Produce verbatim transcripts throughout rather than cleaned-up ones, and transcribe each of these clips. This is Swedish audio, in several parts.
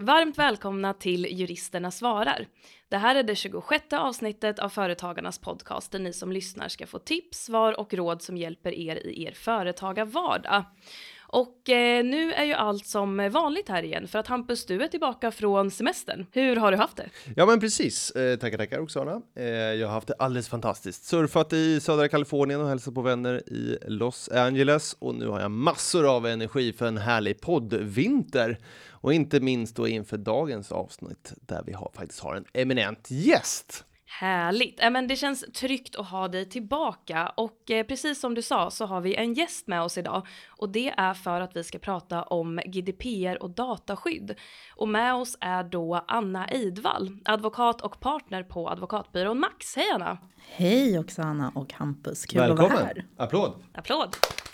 Varmt välkomna till Juristerna svarar. Det här är det tjugosjätte avsnittet av Företagarnas podcast där ni som lyssnar ska få tips, svar och råd som hjälper er i er företagarvardag. Och eh, nu är ju allt som vanligt här igen för att Hampus, du är tillbaka från semestern. Hur har du haft det? Ja men precis, eh, tackar tackar Oksana. Eh, jag har haft det alldeles fantastiskt. Surfat i södra Kalifornien och hälsat på vänner i Los Angeles. Och nu har jag massor av energi för en härlig poddvinter. Och inte minst då inför dagens avsnitt där vi har, faktiskt har en eminent gäst. Härligt. Äh, men det känns tryggt att ha dig tillbaka och eh, precis som du sa så har vi en gäst med oss idag och det är för att vi ska prata om G D P R och dataskydd. Och med oss är då Anna Eidvall, advokat och partner på advokatbyrån Max. Hej Anna! Hej Oksana och Hampus, kul Välkommen. Att vara här. Applåd! Applåd!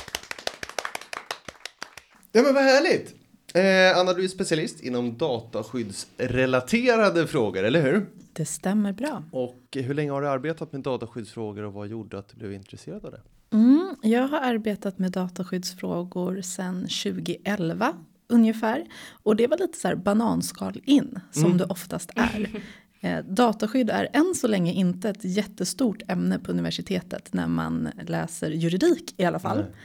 Ja men vad härligt! Eh, Anna, du är specialist inom dataskyddsrelaterade frågor, eller hur? Det stämmer bra. Och hur länge har du arbetat med dataskyddsfrågor och vad gjorde att du blev intresserad av det? Mm, jag har arbetat med dataskyddsfrågor sedan tjugoelva ungefär. Och det var lite så här bananskal in som mm. det oftast är. Eh, dataskydd är än så länge inte ett jättestort ämne på universitetet när man läser juridik i alla fall. Mm.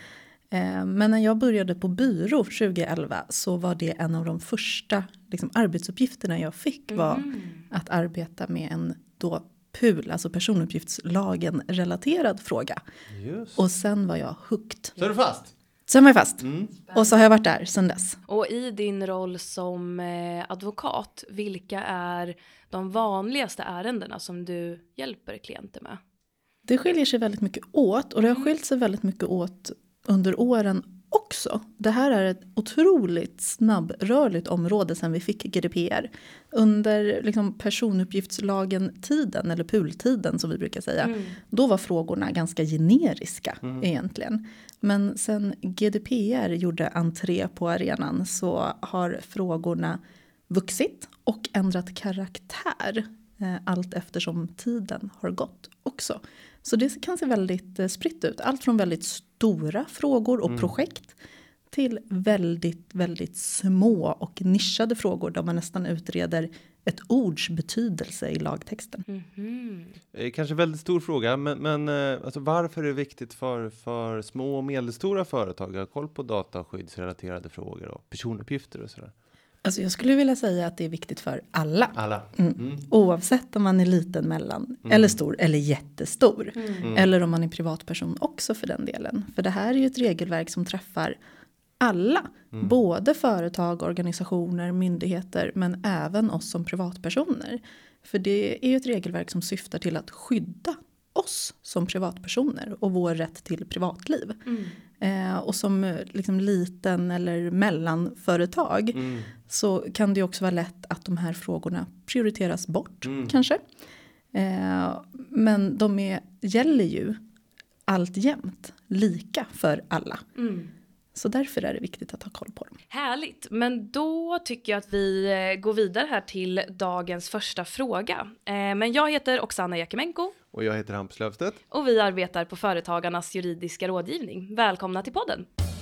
Men när jag började på byrå tjugoelva så var det en av de första liksom, arbetsuppgifterna jag fick var mm. att arbeta med en då P U L, alltså personuppgiftslagen relaterad fråga. Just. Och sen var jag hooked. Så är du fast? Sen var jag fast. Mm. Och så har jag varit där sen dess. Och i din roll som eh, advokat, vilka är de vanligaste ärendena som du hjälper klienter med? Det skiljer sig väldigt mycket åt och det har skilt sig väldigt mycket åt under åren också. Det här är ett otroligt snabbrörligt område sedan vi fick G D P R. Under liksom personuppgiftslagen-tiden eller P U L-tiden som vi brukar säga. Mm. Då var frågorna ganska generiska mm. egentligen. Men sen G D P R gjorde entré på arenan så har frågorna vuxit och ändrat karaktär eh, allt eftersom tiden har gått också. Så det kan se väldigt spritt ut. Allt från väldigt stora frågor och mm. projekt till väldigt, väldigt små och nischade frågor där man nästan utreder ett ords betydelse i lagtexten. Mm-hmm. Det är kanske en väldigt stor fråga, men, men alltså, varför är det viktigt för, för små och medelstora företag att ha koll på dataskyddsrelaterade frågor och personuppgifter och sådär? Alltså jag skulle vilja säga att det är viktigt för alla. alla. Mm. Mm. Oavsett om man är liten, mellan mm. eller stor eller jättestor. Mm. Eller om man är privatperson också för den delen. För det här är ju ett regelverk som träffar alla. Mm. Både företag, organisationer, myndigheter men även oss som privatpersoner. För det är ju ett regelverk som syftar till att skydda oss som privatpersoner och vår rätt till privatliv. Mm. Eh, och som liksom liten eller mellanföretag mm. så kan det också vara lätt att de här frågorna prioriteras bort mm. kanske. Eh, men de är, gäller ju alltjämt lika för alla. Mm. Så därför är det viktigt att ha koll på dem. Härligt, men då tycker jag att vi går vidare här till dagens första fråga. Eh, men jag heter Oksana Jakimenko. Och jag heter Hampus Löfstedt. Och vi arbetar på Företagarnas juridiska rådgivning. Välkomna till podden.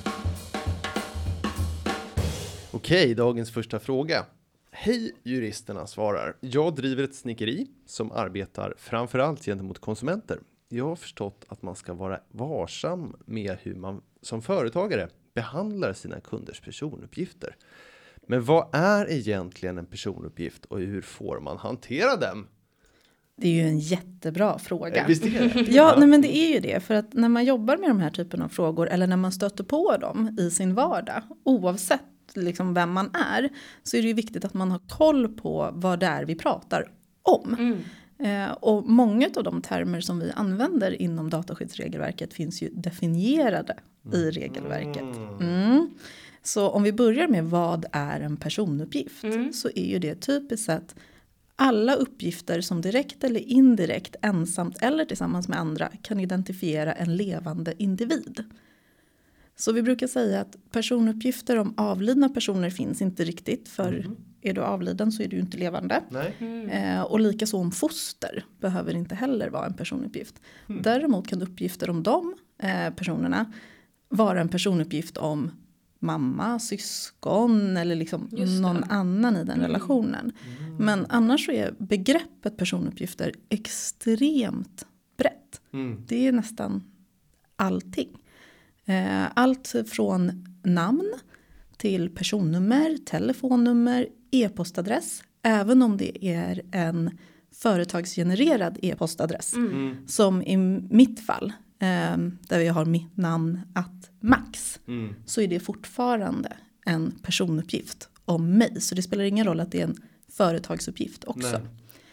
Okej, dagens första fråga. Hej, juristerna svarar. Jag driver ett snickeri som arbetar framförallt gentemot konsumenter. Jag har förstått att man ska vara varsam med hur man som företagare behandlar sina kunders personuppgifter. Men vad är egentligen en personuppgift och hur får man hantera dem? Det är ju en jättebra fråga. Visst är det? Ja, ja. Nej, men det är ju det. För att när man jobbar med de här typen av frågor eller när man stöter på dem i sin vardag, oavsett liksom vem man är, så är det ju viktigt att man har koll på vad det är vi pratar om. Mm. Eh, och många av de termer som vi använder inom dataskyddsregelverket finns ju definierade mm. i regelverket. Mm. Så om vi börjar med vad är en personuppgift mm. så är ju det typiskt sett alla uppgifter som direkt eller indirekt, ensamt eller tillsammans med andra kan identifiera en levande individ. Så vi brukar säga att personuppgifter om avlidna personer finns inte riktigt. För mm. är du avliden så är du inte levande. Mm. Eh, och likaså om foster behöver inte heller vara en personuppgift. Mm. Däremot kan uppgifter om de eh, personerna vara en personuppgift om mamma, syskon eller liksom Just det. någon annan i den Mm. relationen. Men annars så är begreppet personuppgifter extremt brett. Mm. Det är nästan allting. Eh, Allt från namn till personnummer, telefonnummer, e-postadress. Även om det är en företagsgenererad e-postadress. Mm. Som i mitt fall, eh, där jag har mitt namn att Max. Mm. Så är det fortfarande en personuppgift om mig. Så det spelar ingen roll att det är en företagsuppgift också. Nej.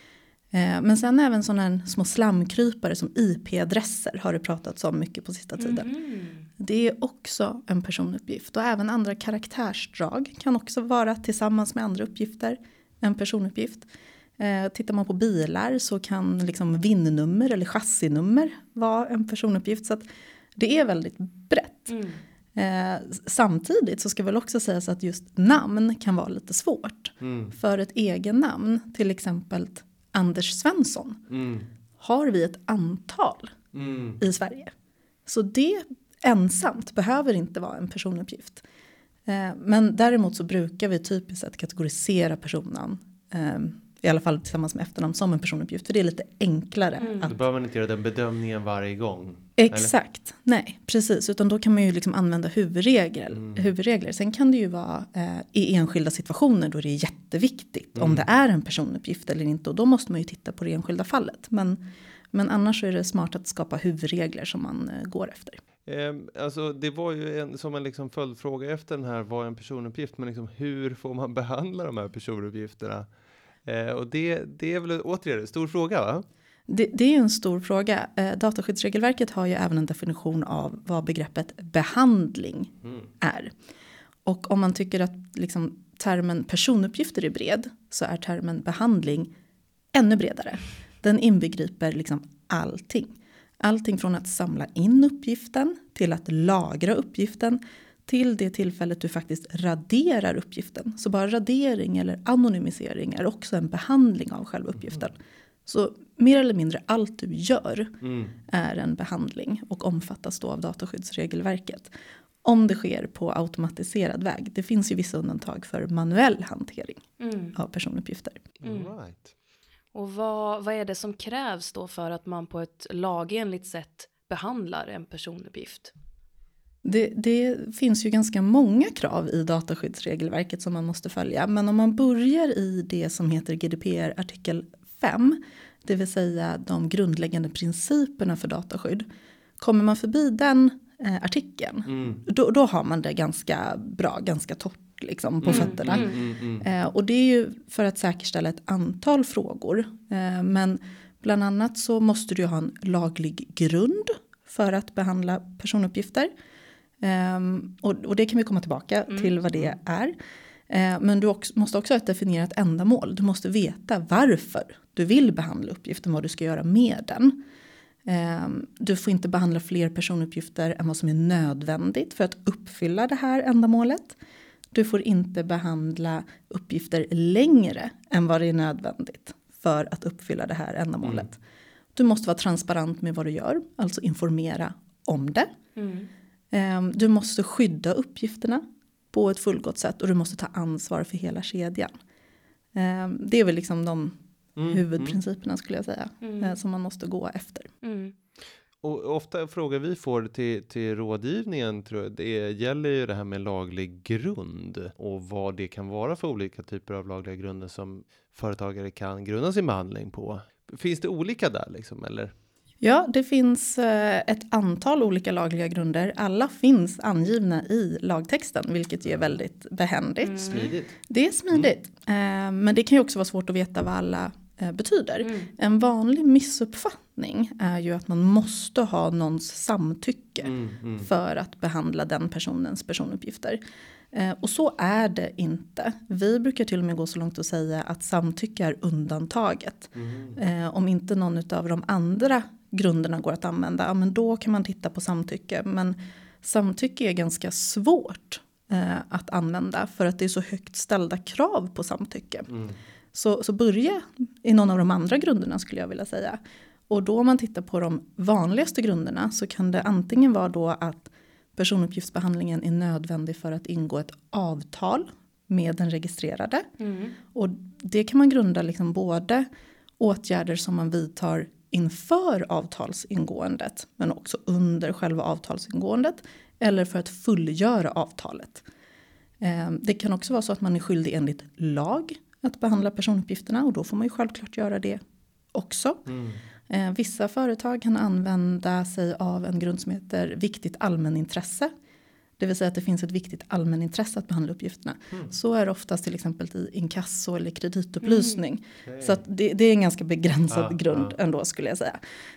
Eh, Men sen även sådana här små slamkrypare som I P-adresser har det pratats om mycket på sista tiden. Mm. Det är också en personuppgift. Och även andra karaktärsdrag kan också vara tillsammans med andra uppgifter en personuppgift. Eh, tittar man på bilar så kan liksom vinnummer eller chassinummer vara en personuppgift. Så att det är väldigt brett. Mm. Eh, samtidigt så ska väl också sägas att just namn kan vara lite svårt. Mm. För ett egen namn, till exempel Anders Svensson, Mm. har vi ett antal Mm. i Sverige. Så det ensamt behöver inte vara en personuppgift. Eh, men däremot så brukar vi typiskt sett kategorisera personen, eh, i alla fall tillsammans med efternamn, som en personuppgift. För det är lite enklare. Mm. Att, Då behöver man inte göra den bedömningen varje gång. exakt, nej precis. Utan då kan man ju liksom använda huvudregler. Mm. huvudregler. Sen kan det ju vara eh, i enskilda situationer då det är jätteviktigt Mm. om det är en personuppgift eller inte. Och då måste man ju titta på det enskilda fallet. Men, men annars så är det smart att skapa huvudregler som man eh, går efter. Eh, alltså det var ju en, som en liksom följdfråga efter den här, vad är en personuppgift, men liksom hur får man behandla de här personuppgifterna? Eh, och det, det är väl återigen en stor fråga, va? Det, det är ju en stor fråga. Eh, dataskyddsregelverket har ju även en definition av vad begreppet behandling Mm. är. Och om man tycker att liksom, termen personuppgifter är bred så är termen behandling ännu bredare. Den inbegriper liksom allting. Allting från att samla in uppgiften till att lagra uppgiften till det tillfället du faktiskt raderar uppgiften. Så bara radering eller anonymisering är också en behandling av själva uppgiften. Så mer eller mindre allt du gör Mm. är en behandling och omfattas då av dataskyddsregelverket. Om det sker på automatiserad väg. Det finns ju vissa undantag för manuell hantering Mm. av personuppgifter. Mm. All right. Och vad, vad är det som krävs då för att man på ett lagenligt sätt behandlar en personuppgift? Det, det finns ju ganska många krav i dataskyddsregelverket som man måste följa. Men om man börjar i det som heter G D P R artikel fem, det vill säga de grundläggande principerna för dataskydd. Kommer man förbi den eh, artikeln, Mm. då, då har man det ganska bra, ganska torrt liksom, på Mm, fötterna. mm. Mm, mm. Eh, och det är ju för att säkerställa ett antal frågor. Eh, men bland annat så måste du ha en laglig grund för att behandla personuppgifter. Eh, och, och det kan vi komma tillbaka Mm. till vad det är. Eh, men du också, måste också ha ett definierat ändamål. Du måste veta varför du vill behandla uppgiften, vad du ska göra med den. Eh, du får inte behandla fler personuppgifter än vad som är nödvändigt för att uppfylla det här ändamålet. Du får inte behandla uppgifter längre än vad det är nödvändigt för att uppfylla det här ändamålet. Mm. Du måste vara transparent med vad du gör, alltså informera om det. Mm. Eh, du måste skydda uppgifterna på ett fullgott sätt och du måste ta ansvar för hela kedjan. Eh, det är väl liksom de Mm, huvudprinciperna skulle jag säga Mm. eh, som man måste gå efter. Mm. Och ofta frågor vi får till, till rådgivningen, tror jag, det gäller ju det här med laglig grund och vad det kan vara för olika typer av lagliga grunder som företagare kan grunda sin behandling på. Finns det olika där liksom, eller? Ja, det finns eh, ett antal olika lagliga grunder. Alla finns angivna i lagtexten, vilket ju är väldigt behändigt. Mm. Smidigt. Det är smidigt, eh, men det kan ju också vara svårt att veta vad alla eh, betyder. Mm. En vanlig missuppfattning är ju att man måste ha någons samtycke Mm, mm. för att behandla den personens personuppgifter. Eh, och så är det inte. Vi brukar till och med gå så långt att säga att samtycke är undantaget. Mm. Eh, om inte någon av de andra grunderna går att använda, ja, men då kan man titta på samtycke. Men samtycke är ganska svårt eh, att använda för att det är så högt ställda krav på samtycke. Mm. Så, så börja i någon av de andra grunderna skulle jag vilja säga. Och då om man tittar på de vanligaste grunderna så kan det antingen vara då att personuppgiftsbehandlingen är nödvändig för att ingå ett avtal med den registrerade. Mm. Och det kan man grunda liksom både åtgärder som man vidtar inför avtalsingåendet men också under själva avtalsingåendet eller för att fullgöra avtalet. Eh, det kan också vara så att man är skyldig enligt lag att behandla personuppgifterna och då får man ju självklart göra det också. Mm. Eh, vissa företag kan använda sig av en grund som heter viktigt allmänintresse. Det vill säga att det finns ett viktigt allmänintresse att behandla uppgifterna. Mm. Så är det oftast till exempel i inkasso eller kreditupplysning. Mm. Så att det, det är en ganska begränsad Ja, grund ja. ändå skulle jag säga.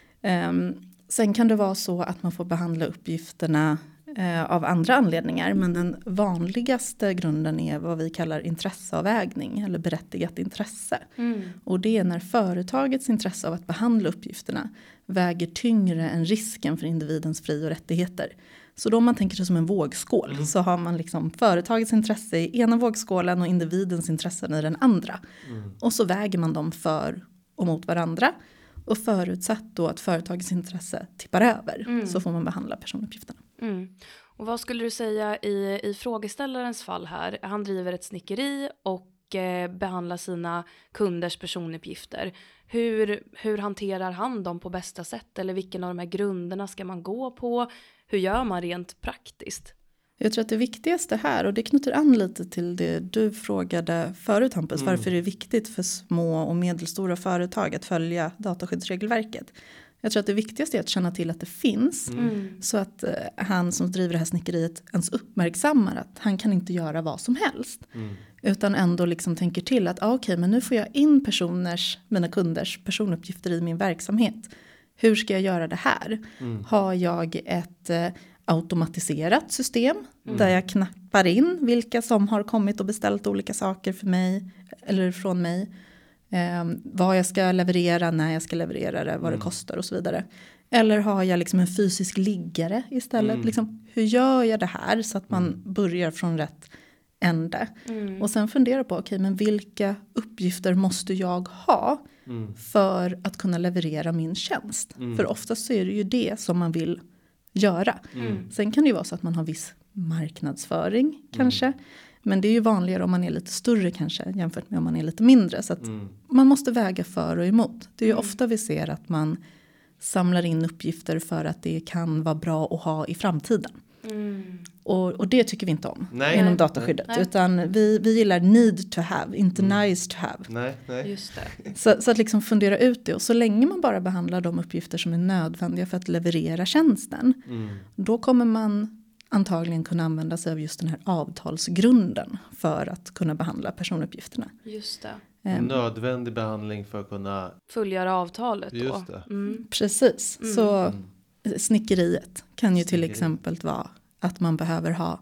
Um, sen kan det vara så att man får behandla uppgifterna uh, av andra anledningar. Men den vanligaste grunden är vad vi kallar intresseavvägning eller berättigat intresse. Mm. Och det är när företagets intresse av att behandla uppgifterna väger tyngre än risken för individens fri- och rättigheter. Så då om man tänker sig som en vågskål Mm. så har man liksom företagets intresse i ena vågskålen och individens intressen i den andra. Mm. Och så väger man dem för och mot varandra. Och förutsatt då att företagets intresse tippar över Mm. så får man behandla personuppgifterna. Mm. Och vad skulle du säga i, i frågeställarens fall här? Han driver ett snickeri och eh, behandlar sina kunders personuppgifter. Hur, hur hanterar han dem på bästa sätt? Eller vilken av de här grunderna ska man gå på? Hur gör man rent praktiskt? Jag tror att det viktigaste här, och det knyter an lite till det du frågade förut Hampus, Mm. varför det är viktigt för små och medelstora företag att följa dataskyddsregelverket. Jag tror att det viktigaste är att känna till att det finns Mm. så att eh, han som driver det här snickeriet ens uppmärksammar att han kan inte göra vad som helst. Mm. Utan ändå liksom tänker till att ah, okej, okay, men nu får jag in personers, mina kunders personuppgifter i min verksamhet. Hur ska jag göra det här? Mm. Har jag ett eh, automatiserat system Mm. där jag knappar in vilka som har kommit och beställt olika saker för mig eller från mig. Eh, vad jag ska leverera, när jag ska leverera det, vad Mm. det kostar och så vidare. Eller har jag liksom en fysisk liggare istället? Mm. Liksom, hur gör jag det här så att man Mm. börjar från rätt ände? Mm. Och sen fundera på, okej, okay, men vilka uppgifter måste jag ha Mm. för att kunna leverera min tjänst? Mm. För oftast så är det ju det som man vill göra. Mm. Sen kan det ju vara så att man har viss marknadsföring kanske. Men det är ju vanligare om man är lite större kanske jämfört med om man är lite mindre. Så att Mm. man måste väga för och emot. Det är ju Mm. ofta vi ser att man samlar in uppgifter för att det kan vara bra att ha i framtiden. Mm. Och, och det tycker vi inte om Nej. inom dataskyddet. Nej. Utan vi, vi gillar need to have, inte Mm. nice to have. Nej, nej. Just det. Så, så att liksom fundera ut det. Och så länge man bara behandlar de uppgifter som är nödvändiga för att leverera tjänsten. Mm. Då kommer man antagligen kunna använda sig av just den här avtalsgrunden. För att kunna behandla personuppgifterna. Just det. Ehm, Nödvändig behandling för att kunna... Fullgöra avtalet då. Just det. Mm. Precis. Mm. Så Mm. snickeriet kan ju till Snickeri. exempel vara att man behöver ha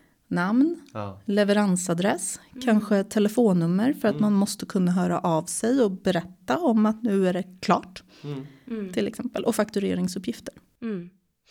namn, Ja. leveransadress, Mm. kanske telefonnummer för att Mm. man måste kunna höra av sig och berätta om att nu är det klart Mm. Mm. till exempel. Och faktureringsuppgifter. Mm.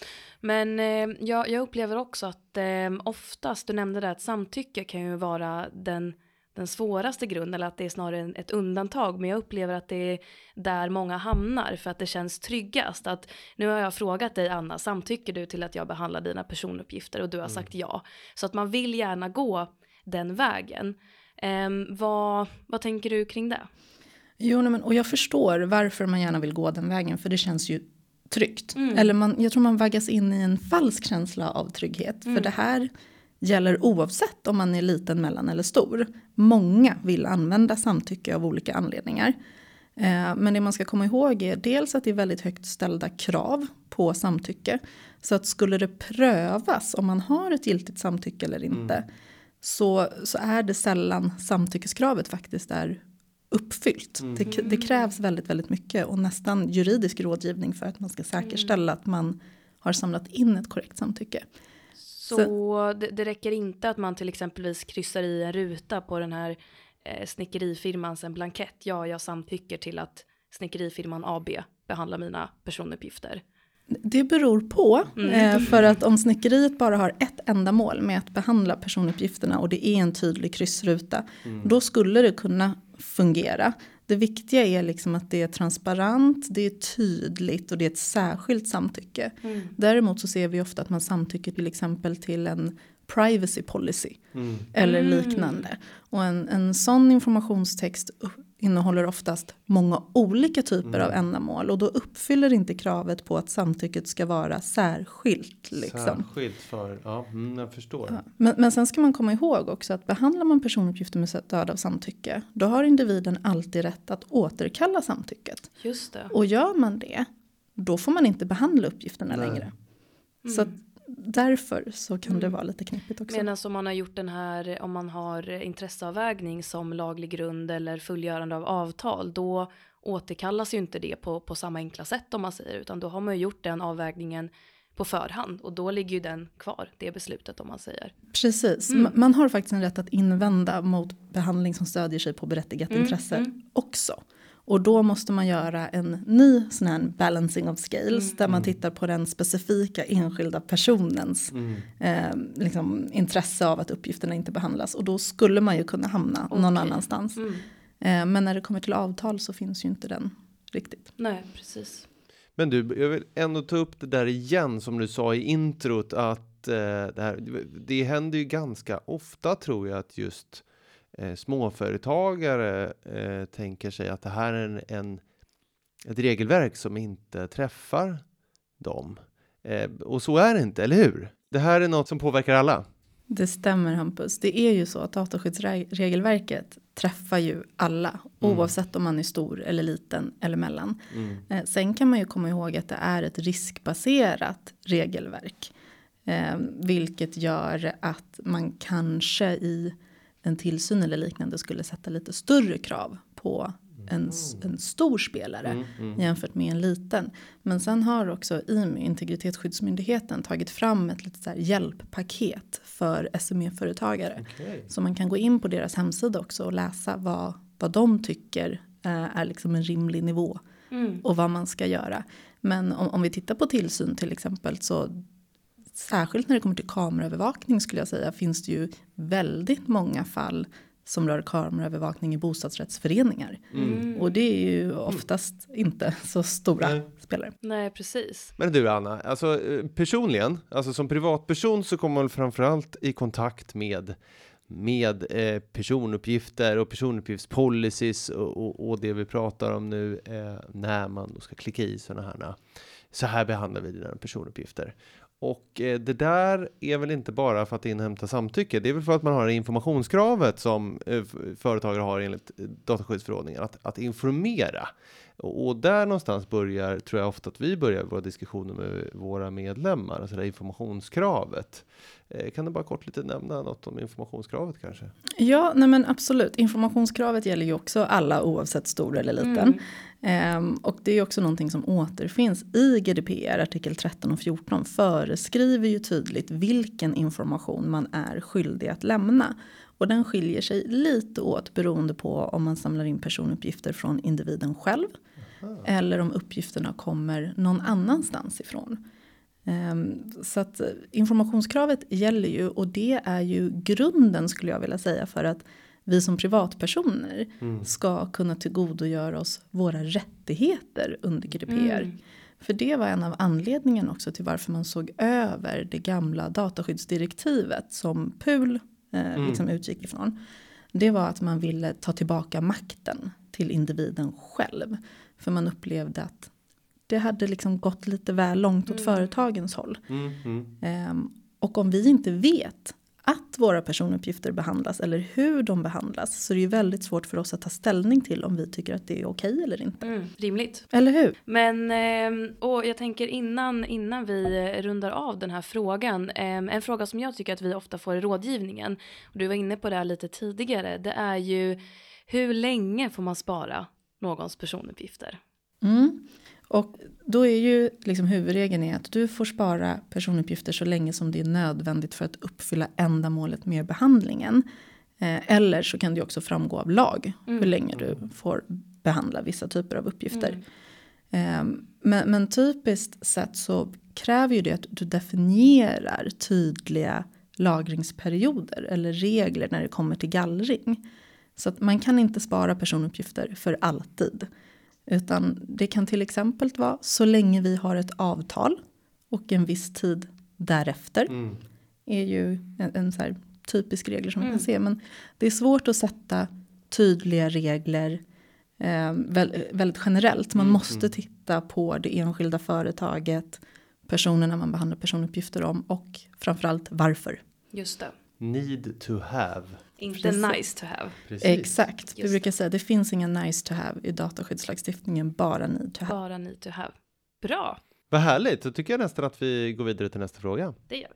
Men eh, jag, jag upplever också att eh, oftast, du nämnde det att samtycke kan ju vara den, den svåraste grunden, eller att det är snarare en, ett undantag. Men jag upplever att det är där många hamnar för att det känns tryggast. Att, nu har jag frågat dig, Anna, samtycker du till att jag behandlar dina personuppgifter? Och du har Mm. sagt ja. Så att man vill gärna gå den vägen. Eh, vad, vad tänker du kring det? Jo, nej, men, och jag förstår varför man gärna vill gå den vägen, för det känns ju tryggt. Mm. Eller man, jag tror man vaggas in i en falsk känsla av trygghet. Mm. För det här gäller oavsett om man är liten, mellan eller stor. Många vill använda samtycke av olika anledningar. Eh, men det man ska komma ihåg är dels att det är väldigt högt ställda krav på samtycke. Så att skulle det prövas om man har ett giltigt samtycke eller inte. Mm. Så, så är det sällan samtyckeskravet faktiskt är uppfyllt. Mm. Det, det krävs väldigt, väldigt mycket och nästan juridisk rådgivning för att man ska säkerställa att man har samlat in ett korrekt samtycke. Så, Så- det, det räcker inte att man till exempelvis kryssar i en ruta på den här eh, snickerifirmans en blankett. Ja, jag samtycker till att snickerifirman A B behandlar mina personuppgifter. Det beror på, Mm. eh, för att om snickeriet bara har ett enda mål med att behandla personuppgifterna och det är en tydlig kryssruta, Mm. då skulle det kunna fungera. Det viktiga är liksom att det är transparent, det är tydligt och det är ett särskilt samtycke. Mm. Däremot så ser vi ofta att man samtycker till exempel till en privacy policy mm. eller liknande. Mm. Och en, en sån informationstext innehåller oftast många olika typer mm. av ändamål. Och då uppfyller inte kravet på att samtycket ska vara särskilt. Liksom. Särskilt för, ja, mm, jag förstår. Ja. Men, men sen ska man komma ihåg också att behandlar man personuppgifter med stöd av samtycke, då har individen alltid rätt att återkalla samtycket. Just det. Och gör man det, då får man inte behandla uppgifterna Nej. längre. Mm. Så att, därför så kan mm. det vara lite knepigt också. Medan om man har gjort den här, om man har intresseavvägning som laglig grund eller fullgörande av avtal, då återkallas ju inte det på, på samma enkla sätt om man säger, utan då har man ju gjort den avvägningen på förhand och då ligger ju den kvar, det beslutet om man säger. Precis, mm. man har faktiskt en rätt att invända mot behandling som stödjer sig på berättigat mm. intresse mm. också. Och då måste man göra en ny sån här balancing of scales. Mm. Där man tittar på den specifika enskilda personens mm. eh, liksom, intresse av att uppgifterna inte behandlas. Och då skulle man ju kunna hamna okay. någon annanstans. Mm. Eh, men när det kommer till avtal så finns ju inte den riktigt. Nej, precis. Men du, jag vill ändå ta upp det där igen som du sa i introt. Att eh, det, här, det händer ju ganska ofta tror jag att just... Eh, småföretagare eh, tänker sig att det här är en, en, ett regelverk som inte träffar dem. Eh, och så är det inte, eller hur? Det här är något som påverkar alla. Det stämmer Hampus. Det är ju så att dataskyddsregelverket träffar ju alla. Mm. Oavsett om man är stor eller liten eller mellan. Mm. Eh, sen kan man ju komma ihåg att det är ett riskbaserat regelverk. Eh, vilket gör att man kanske i en tillsyn eller liknande skulle sätta lite större krav på en, en stor spelare mm, mm. jämfört med en liten. Men sen har också I M Y, Integritetsskyddsmyndigheten, tagit fram ett litet så här hjälppaket för S M E-företagare. Okay. Så man kan gå in på deras hemsida också och läsa vad, vad de tycker eh, är liksom en rimlig nivå mm. och vad man ska göra. Men om, om vi tittar på tillsyn till exempel, så särskilt när det kommer till kameraövervakning skulle jag säga, finns det ju väldigt många fall som rör kameraövervakning i bostadsrättsföreningar. Mm. Och det är ju oftast mm. inte så stora Nej. spelare. Nej, precis. Men du Anna, alltså personligen, alltså som privatperson så kommer man framförallt i kontakt med med eh, personuppgifter och personuppgiftspolicies och, och, och det vi pratar om nu eh, när man då ska klicka i sådana här. Så här behandlar vi dina personuppgifter. Och eh, det där är väl inte bara för att inhämta samtycke. Det är väl för att man har informationskravet som eh, företagare har enligt dataskyddsförordningen. Att, att informera. Och, och där någonstans börjar, tror jag ofta att vi börjar våra diskussioner med våra medlemmar. Alltså det informationskravet. Eh, kan du bara kort lite nämna något om informationskravet kanske? Ja, nej men absolut. Informationskravet gäller ju också alla oavsett stor eller liten. Mm. Um, och det är också någonting som återfinns i G D P R, artikel tretton och fjorton, föreskriver ju tydligt vilken information man är skyldig att lämna. Och den skiljer sig lite åt beroende på om man samlar in personuppgifter från individen själv. Aha. Eller om uppgifterna kommer någon annanstans ifrån. Um, så att informationskravet gäller ju, och det är ju grunden skulle jag vilja säga för att vi som privatpersoner mm. ska kunna tillgodogöra oss våra rättigheter under G D P R. Mm. För det var en av anledningarna också till varför man såg över det gamla dataskyddsdirektivet som P U L eh, mm. liksom utgick ifrån. Det var att man ville ta tillbaka makten till individen själv. För man upplevde att det hade liksom gått lite väl långt åt mm. företagens håll. Mm. Mm. Um, och om vi inte vet att våra personuppgifter behandlas eller hur de behandlas, så är det ju väldigt svårt för oss att ta ställning till om vi tycker att det är okej eller inte. Mm, rimligt. Eller hur? Men och jag tänker innan, innan vi rundar av den här frågan, en fråga som jag tycker att vi ofta får i rådgivningen, och du var inne på det här lite tidigare, det är ju hur länge får man spara någons personuppgifter? Mm. Och då är ju liksom huvudregeln är att du får spara personuppgifter så länge som det är nödvändigt för att uppfylla ändamålet med behandlingen. Eh, eller så kan det också framgå av lag mm. hur länge du får behandla vissa typer av uppgifter. Mm. Eh, men, men typiskt sett så kräver ju det att du definierar tydliga lagringsperioder eller regler när det kommer till gallring. Så att man kan inte spara personuppgifter för alltid. Utan det kan till exempel vara så länge vi har ett avtal och en viss tid därefter. Mm. Är ju en, en så här typisk regel som man mm. kan se. Men det är svårt att sätta tydliga regler eh, väldigt, väldigt generellt. Man mm. måste titta på det enskilda företaget, personerna man behandlar personuppgifter om och framförallt varför. Just det. Need to have. Inte Precis. Nice to have. Precis. Exakt. Vi brukar säga att det finns ingen nice to have i dataskyddslagstiftningen, bara need to have. Bara need to have. Bra. Vad härligt, då tycker jag nästan att vi går vidare till nästa fråga. Det gör vi.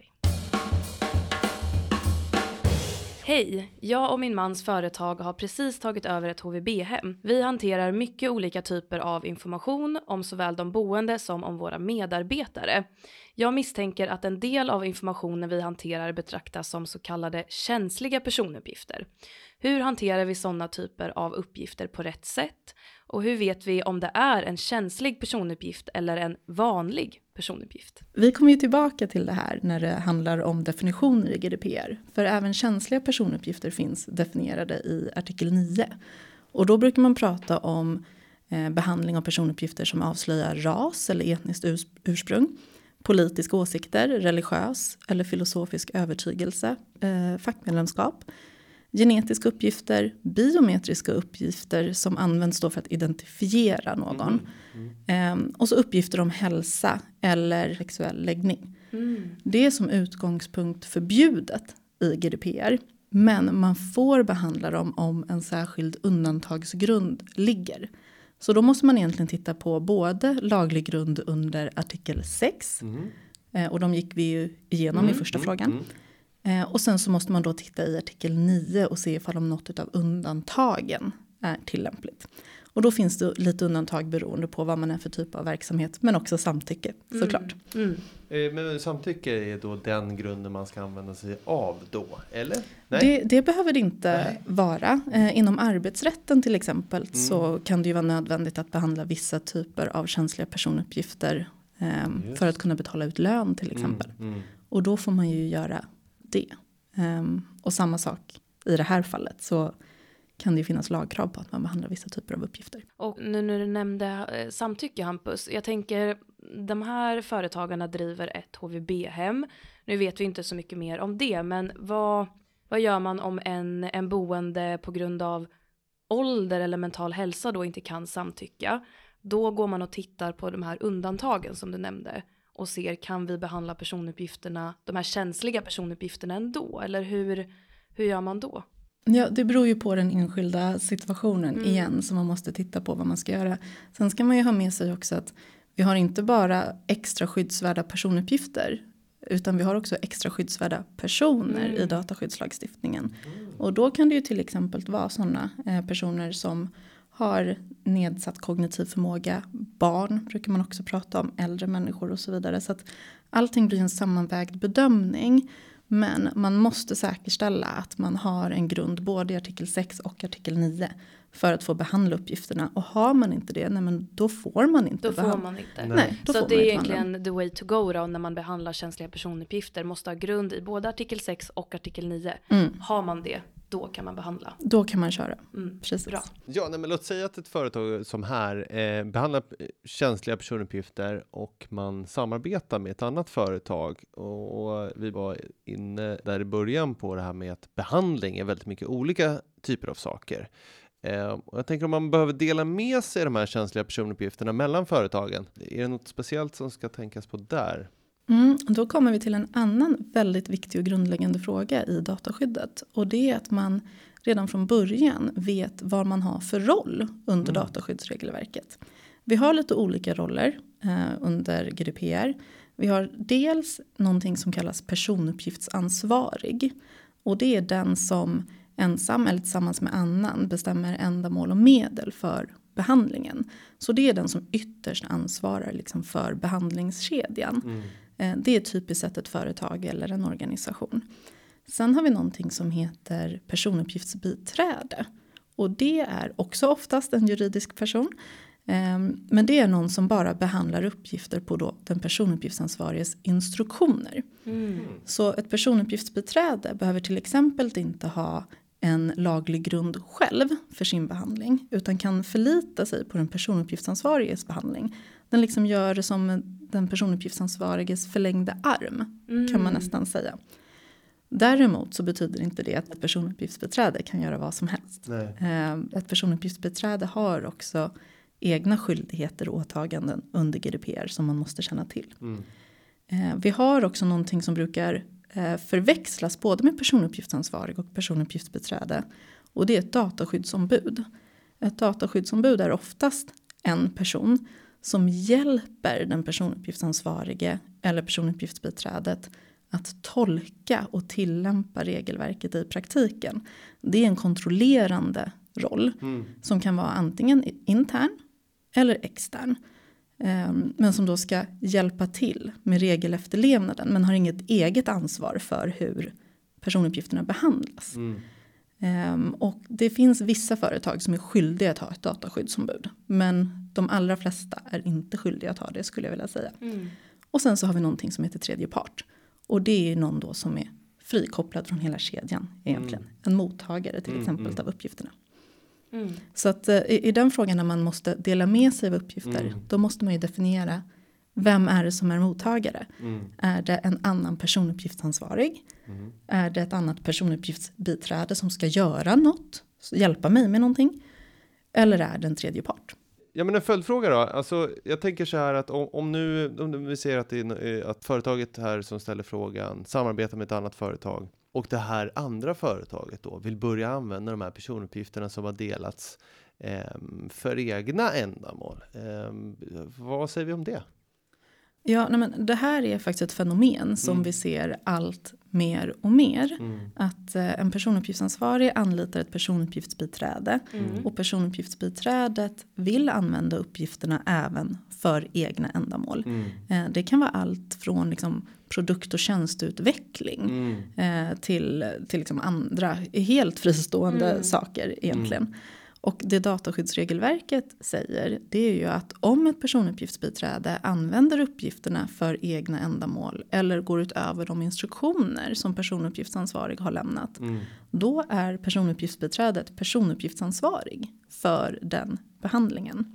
Hej, jag och min mans företag har precis tagit över ett H V B-hem. Vi hanterar mycket olika typer av information om såväl de boende som om våra medarbetare. Jag misstänker att en del av informationen vi hanterar betraktas som så kallade känsliga personuppgifter. Hur hanterar vi sådana typer av uppgifter på rätt sätt? Och hur vet vi om det är en känslig personuppgift eller en vanlig personuppgift? Vi kommer ju tillbaka till det här när det handlar om definitioner i G D P R. För även känsliga personuppgifter finns definierade i artikel nio. Och då brukar man prata om eh, behandling av personuppgifter som avslöjar ras eller etniskt urs- ursprung. Politiska åsikter, religiös eller filosofisk övertygelse, eh, fackmedlemskap. Genetiska uppgifter, biometriska uppgifter som används då för att identifiera någon. Mm. Mm. Um, och så uppgifter om hälsa eller sexuell läggning. Mm. Det är som utgångspunkt förbjudet i G D P R. Men man får behandla dem om en särskild undantagsgrund ligger. Så då måste man egentligen titta på både laglig grund under artikel sex. Mm. Uh, och de gick vi ju igenom mm. i första mm. frågan. Mm. Och sen så måste man då titta i artikel nio och se ifall om något av undantagen är tillämpligt. Och då finns det lite undantag beroende på vad man är för typ av verksamhet. Men också samtycke, mm. såklart. Mm. Men samtycke är då den grunden man ska använda sig av då, eller? Nej? Det, det behöver det inte Nej. vara. Eh, inom arbetsrätten till exempel mm. så kan det ju vara nödvändigt att behandla vissa typer av känsliga personuppgifter. Eh, för att kunna betala ut lön till exempel. Mm. Mm. Och då får man ju göra det. Um, och samma sak i det här fallet så kan det ju finnas lagkrav på att man behandlar vissa typer av uppgifter. Och nu när du nämnde eh, samtycke, Hampus, jag tänker de här företagarna driver ett H V B-hem. Nu vet vi inte så mycket mer om det, men vad, vad gör man om en, en boende på grund av ålder eller mental hälsa då inte kan samtycka? Då går man och tittar på de här undantagen som du nämnde. Och ser, kan vi behandla personuppgifterna, de här känsliga personuppgifterna ändå? Eller hur, hur gör man då? Ja, det beror ju på den enskilda situationen mm. igen. Så man måste titta på vad man ska göra. Sen ska man ju ha med sig också att vi har inte bara extra skyddsvärda personuppgifter. Utan vi har också extra skyddsvärda personer mm. i dataskyddslagstiftningen. Mm. Och då kan det ju till exempel vara sådana eh, personer som har nedsatt kognitiv förmåga, barn brukar man också prata om, äldre människor och så vidare. Så att allting blir en sammanvägd bedömning, men man måste säkerställa att man har en grund både i artikel sex och artikel nio för att få behandla uppgifterna. Och har man inte det, nej, men då får man inte Då behandla. får man inte. Nej. Nej, då så får det man är inte egentligen the way to go då, när man behandlar känsliga personuppgifter. Måste ha grund i både artikel sex och artikel nio. Mm. Har man det, då kan man behandla. Då kan man köra. Mm. Precis. Bra. Ja, nej, men låt säga att ett företag som här eh, behandlar känsliga personuppgifter och man samarbetar med ett annat företag. Och, och vi var inne där i början på det här med att behandling är väldigt mycket olika typer av saker. Eh, och jag tänker om man behöver dela med sig de här känsliga personuppgifterna mellan företagen. Är det något speciellt som ska tänkas på där? Mm, då kommer vi till en annan väldigt viktig och grundläggande fråga i dataskyddet. Och det är att man redan från början vet vad man har för roll under mm. dataskyddsregelverket. Vi har lite olika roller eh, under G D P R. Vi har dels någonting som kallas personuppgiftsansvarig. Och det är den som ensam eller tillsammans med annan bestämmer ändamål och medel för behandlingen. Så det är den som ytterst ansvarar liksom för behandlingskedjan. Mm. Det är typiskt sett ett företag eller en organisation. Sen har vi någonting som heter personuppgiftsbiträde. Och det är också oftast en juridisk person. Men det är någon som bara behandlar uppgifter på då den personuppgiftsansvariges instruktioner. Mm. Så ett personuppgiftsbiträde behöver till exempel inte ha en laglig grund själv för sin behandling, utan kan förlita sig på den personuppgiftsansvariges behandling. Den liksom gör det som den personuppgiftsansvariges förlängda arm, mm. kan man nästan säga. Däremot så betyder inte det att ett personuppgiftsbiträde kan göra vad som helst. Nej. Ett personuppgiftsbiträde har också egna skyldigheter och åtaganden under G D P R som man måste känna till. Mm. Vi har också någonting som brukar förväxlas både med personuppgiftsansvarig och personuppgiftsbiträde. Och det är ett dataskyddsombud. Ett dataskyddsombud är oftast en person som hjälper den personuppgiftsansvarige eller personuppgiftsbiträdet att tolka och tillämpa regelverket i praktiken. Det är en kontrollerande roll mm. som kan vara antingen intern eller extern. Men som då ska hjälpa till med regelefterlevnaden, men har inget eget ansvar för hur personuppgifterna behandlas. Mm. Och det finns vissa företag som är skyldiga att ha ett dataskyddsombud, men de allra flesta är inte skyldiga att ha det, skulle jag vilja säga. Mm. Och sen så har vi någonting som heter tredje part. Och det är någon då som är frikopplad från hela kedjan egentligen. Mm. En mottagare till exempel mm. av uppgifterna. Mm. Så att i, i den frågan när man måste dela med sig av uppgifter, mm. då måste man ju definiera vem är det som är mottagare. Mm. Är det en annan personuppgiftsansvarig? Mm. Är det ett annat personuppgiftsbiträde som ska göra något? Hjälpa mig med någonting? Eller är det en tredje part? Ja, men en följdfråga då. Alltså, jag tänker så här att om, om nu om vi ser att, det är, att företaget här som ställer frågan samarbetar med ett annat företag och det här andra företaget då vill börja använda de här personuppgifterna som har delats eh, för egna ändamål. Eh, vad säger vi om det? Ja, nej men det här är faktiskt ett fenomen som mm. vi ser allt mer och mer. Mm. Att eh, en personuppgiftsansvarig anlitar ett personuppgiftsbiträde. Mm. Och personuppgiftsbiträdet vill använda uppgifterna även för egna ändamål. Mm. Eh, det kan vara allt från liksom, produkt- och tjänsteutveckling mm. eh, till, till liksom andra helt fristående mm. saker egentligen. Mm. Och det dataskyddsregelverket säger, det är ju att om ett personuppgiftsbiträde använder uppgifterna för egna ändamål eller går utöver de instruktioner som personuppgiftsansvarig har lämnat, mm. då är personuppgiftsbiträdet personuppgiftsansvarig för den behandlingen.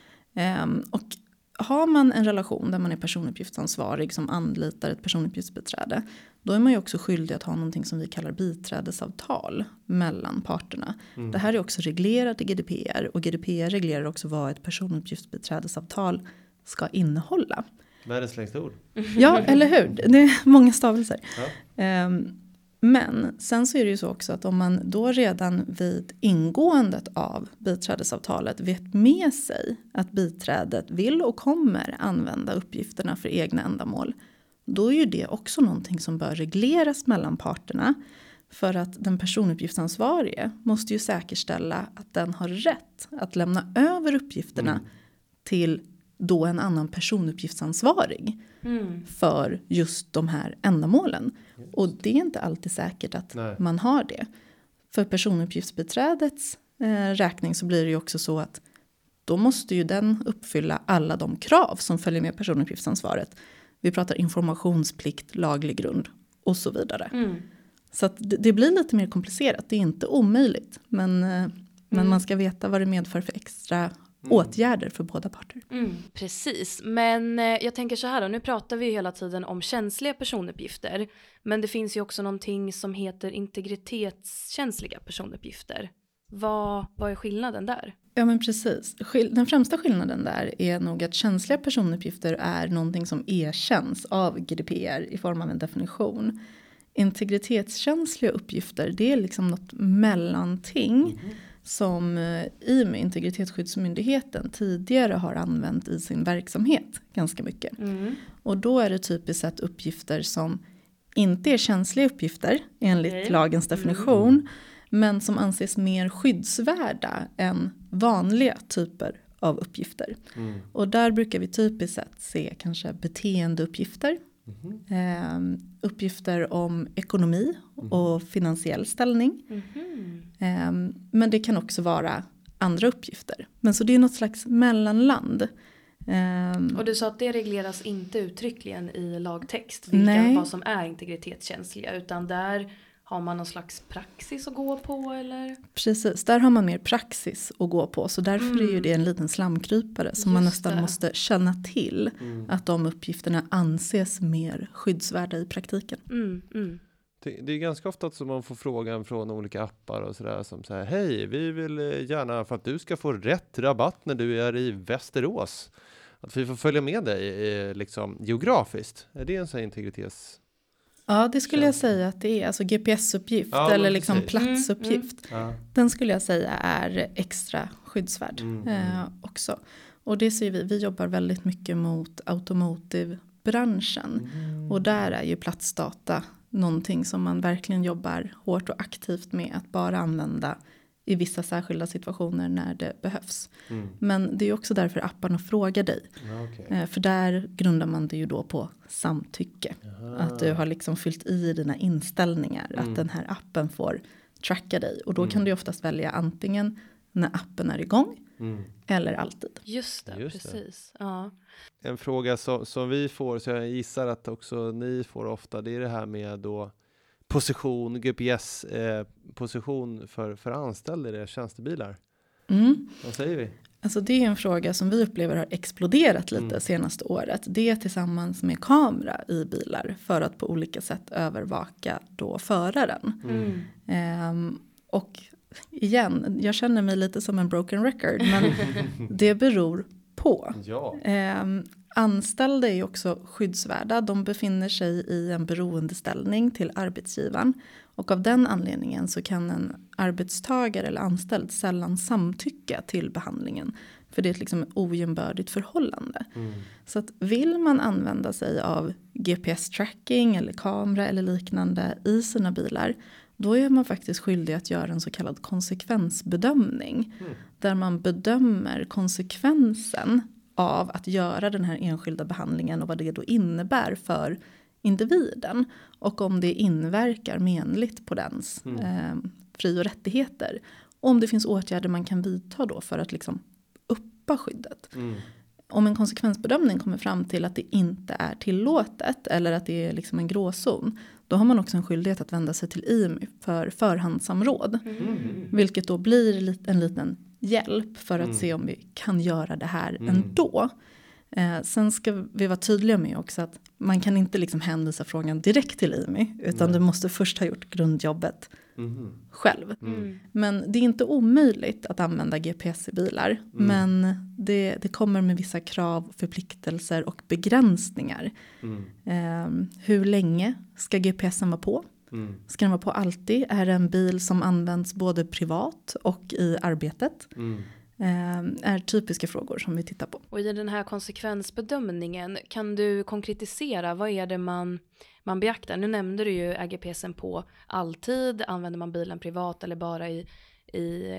Ehm, och har man en relation där man är personuppgiftsansvarig som anlitar ett personuppgiftsbiträde, då är man ju också skyldig att ha någonting som vi kallar biträdesavtal mellan parterna. Mm. Det här är också reglerat i G D P R och G D P R reglerar också vad ett personuppgiftsbiträdesavtal ska innehålla. Världens längsta ord. Ja, eller hur? Det är många stavelser. Ja. Um, Men sen så är det ju så också att om man då redan vid ingåendet av biträdesavtalet vet med sig att biträdet vill och kommer använda uppgifterna för egna ändamål, då är ju det också någonting som bör regleras mellan parterna, för att den personuppgiftsansvarige måste ju säkerställa att den har rätt att lämna över uppgifterna mm. till då en annan personuppgiftsansvarig mm. för just de här ändamålen. Yes. Och det är inte alltid säkert att Nej. man har det. För personuppgiftsbiträdets eh, räkning så blir det ju också så att då måste ju den uppfylla alla de krav som följer med personuppgiftsansvaret. Vi pratar informationsplikt, laglig grund och så vidare. Mm. Så att det, det blir lite mer komplicerat. Det är inte omöjligt. Men, eh, mm. men man ska veta vad det medför för extra Mm. åtgärder för båda parter. Mm, precis, men eh, jag tänker så här då, nu pratar vi hela tiden om känsliga personuppgifter, men det finns ju också någonting som heter integritetskänsliga personuppgifter. Vad, vad är skillnaden där? Ja, men precis. Den främsta skillnaden där är nog att känsliga personuppgifter är någonting som erkänns av G D P R i form av en definition. Integritetskänsliga uppgifter, det är liksom något mellanting mm. som i och med Integritetsskyddsmyndigheten tidigare har använt i sin verksamhet ganska mycket. Mm. Och då är det typiskt sett uppgifter som inte är känsliga uppgifter enligt okay. lagens definition, mm. men som anses mer skyddsvärda än vanliga typer av uppgifter. Mm. Och där brukar vi typiskt sett se kanske beteendeuppgifter, mm. eh, uppgifter om ekonomi mm. och finansiell ställning. Mm. Eh, men det kan också vara andra uppgifter. Men så det är något slags mellanland. Um, och du sa att det regleras inte uttryckligen i lagtext vilka, vad som är integritetskänsliga, utan där Har man någon slags praxis att gå på eller? Precis, där har man mer praxis att gå på. Så därför Mm. är ju det en liten slamkrypare som Just man nästan det. måste känna till. Mm. Att de uppgifterna anses mer skyddsvärda i praktiken. Mm, mm. Det, det är ganska ofta som man får frågan från olika appar och sådär som säger hej, vi vill eh, gärna för att du ska få rätt rabatt när du är i Västerås. Att vi får följa med dig eh, liksom geografiskt. Är det en sån här integritets... Ja, det skulle jag Känns- säga att det är. Alltså G P S-uppgift Ja, eller men liksom precis. platsuppgift. Ja. Den skulle jag säga är extra skyddsvärd Mm, eh, mm. också. Och det ser vi, vi jobbar väldigt mycket mot automotive-branschen. Mm. Och där är ju platsdata någonting som man verkligen jobbar hårt och aktivt med att bara använda i vissa särskilda situationer när det behövs. Mm. Men det är också därför apparna frågar dig. Ja, okej. Eh, för där grundar man det ju då på samtycke. Jaha. Att du har liksom fyllt i dina inställningar. Mm. Att den här appen får tracka dig. Och då Mm. kan du oftast välja antingen när appen är igång. Mm. Eller alltid. Just det, Just det. precis. Ja. En fråga som, som vi får, så jag gissar att också ni får ofta, det är det här med då position, G P S-position eh, för, för anställda i era tjänstebilar. Mm. Vad säger vi? Alltså det är en fråga som vi upplever har exploderat lite Mm. senaste året. Det tillsammans med kamera i bilar. För att på olika sätt övervaka då föraren. Mm. Ehm, och igen, jag känner mig lite som en broken record. Men det beror på. Ja. Ehm, anställda är ju också skyddsvärda. De befinner sig i en beroendeställning till arbetsgivaren. Och av den anledningen så kan en arbetstagare eller anställd sällan samtycka till behandlingen. För det är ett liksom ojämbördigt förhållande. Mm. Så att vill man använda sig av G P S-tracking eller kamera eller liknande i sina bilar. Då är man faktiskt skyldig att göra en så kallad konsekvensbedömning. Mm. Där man bedömer konsekvensen av att göra den här enskilda behandlingen och vad det då innebär för individen. Och om det inverkar menligt på dens Mm. eh, fri- och rättigheter. Och om det finns åtgärder man kan vidta då för att liksom uppa skyddet. Mm. Om en konsekvensbedömning kommer fram till att det inte är tillåtet eller att det är liksom en gråzon. Då har man också en skyldighet att vända sig till I M Y för förhandssamråd. Mm. Vilket då blir lit- en liten hjälp för att Mm. se om vi kan göra det här Mm. ändå. Eh, sen ska vi vara tydliga med också att man kan inte liksom hänvisa frågan direkt till I M Y. Utan Nej. du måste först ha gjort grundjobbet Mm. själv. Mm. Men det är inte omöjligt att använda G P S i bilar. Mm. Men det, det kommer med vissa krav, förpliktelser och begränsningar. Mm. Eh, hur länge ska G P S'en vara på? Mm. Ska den vara på alltid? Är det en bil som används både privat och i arbetet? Mm. Eh, är typiska frågor som vi tittar på. Och i den här konsekvensbedömningen, kan du konkretisera vad är det man, man beaktar? Nu nämnde du ju, är G P S'en på alltid? Använder man bilen privat eller bara i, i,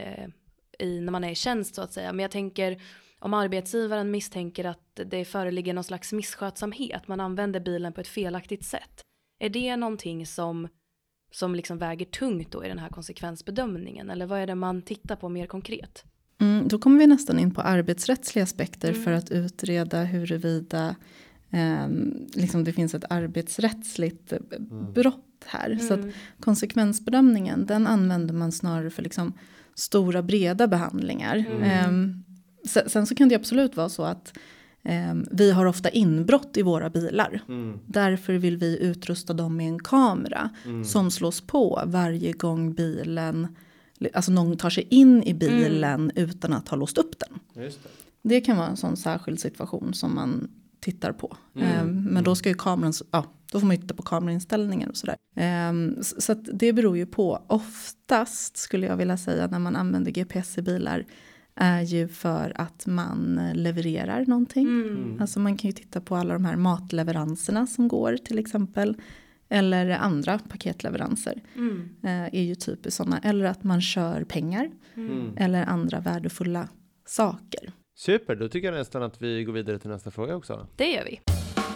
i när man är i tjänst så att säga? Men jag tänker, om arbetsgivaren misstänker att det föreligger någon slags misskötsamhet, man använder bilen på ett felaktigt sätt. Är det någonting som, som liksom väger tungt då i den här konsekvensbedömningen? Eller vad är det man tittar på mer konkret? Mm, då kommer vi nästan in på arbetsrättsliga aspekter Mm. för att utreda huruvida eh, liksom det finns ett arbetsrättsligt eh, brott här. Så att Mm. konsekvensbedömningen, den använder man snarare för liksom stora breda behandlingar. Mm. Eh, sen, sen så kan det absolut vara så att eh, vi har ofta inbrott i våra bilar. Mm. Därför vill vi utrusta dem med en kamera Mm. som slås på varje gång bilen, alltså någon tar sig in i bilen utan att ha låst upp den. Just det. Det kan vara en sån särskild situation som man tittar på. Mm. Eh, men då ska ju kameran, ja, då får man ju titta på kamerainställningar och sådär. Eh, så så att det beror ju på. Oftast skulle jag vilja säga när man använder G P S i bilar är ju för att man levererar någonting. Mm. Alltså man kan ju titta på alla de här matleveranserna som går till exempel. Eller andra paketleveranser Mm. eh, är ju typiskt sådana. Eller att man kör pengar. Mm. Eller andra värdefulla saker. Super, då tycker jag nästan att vi går vidare till nästa fråga också. Det gör vi.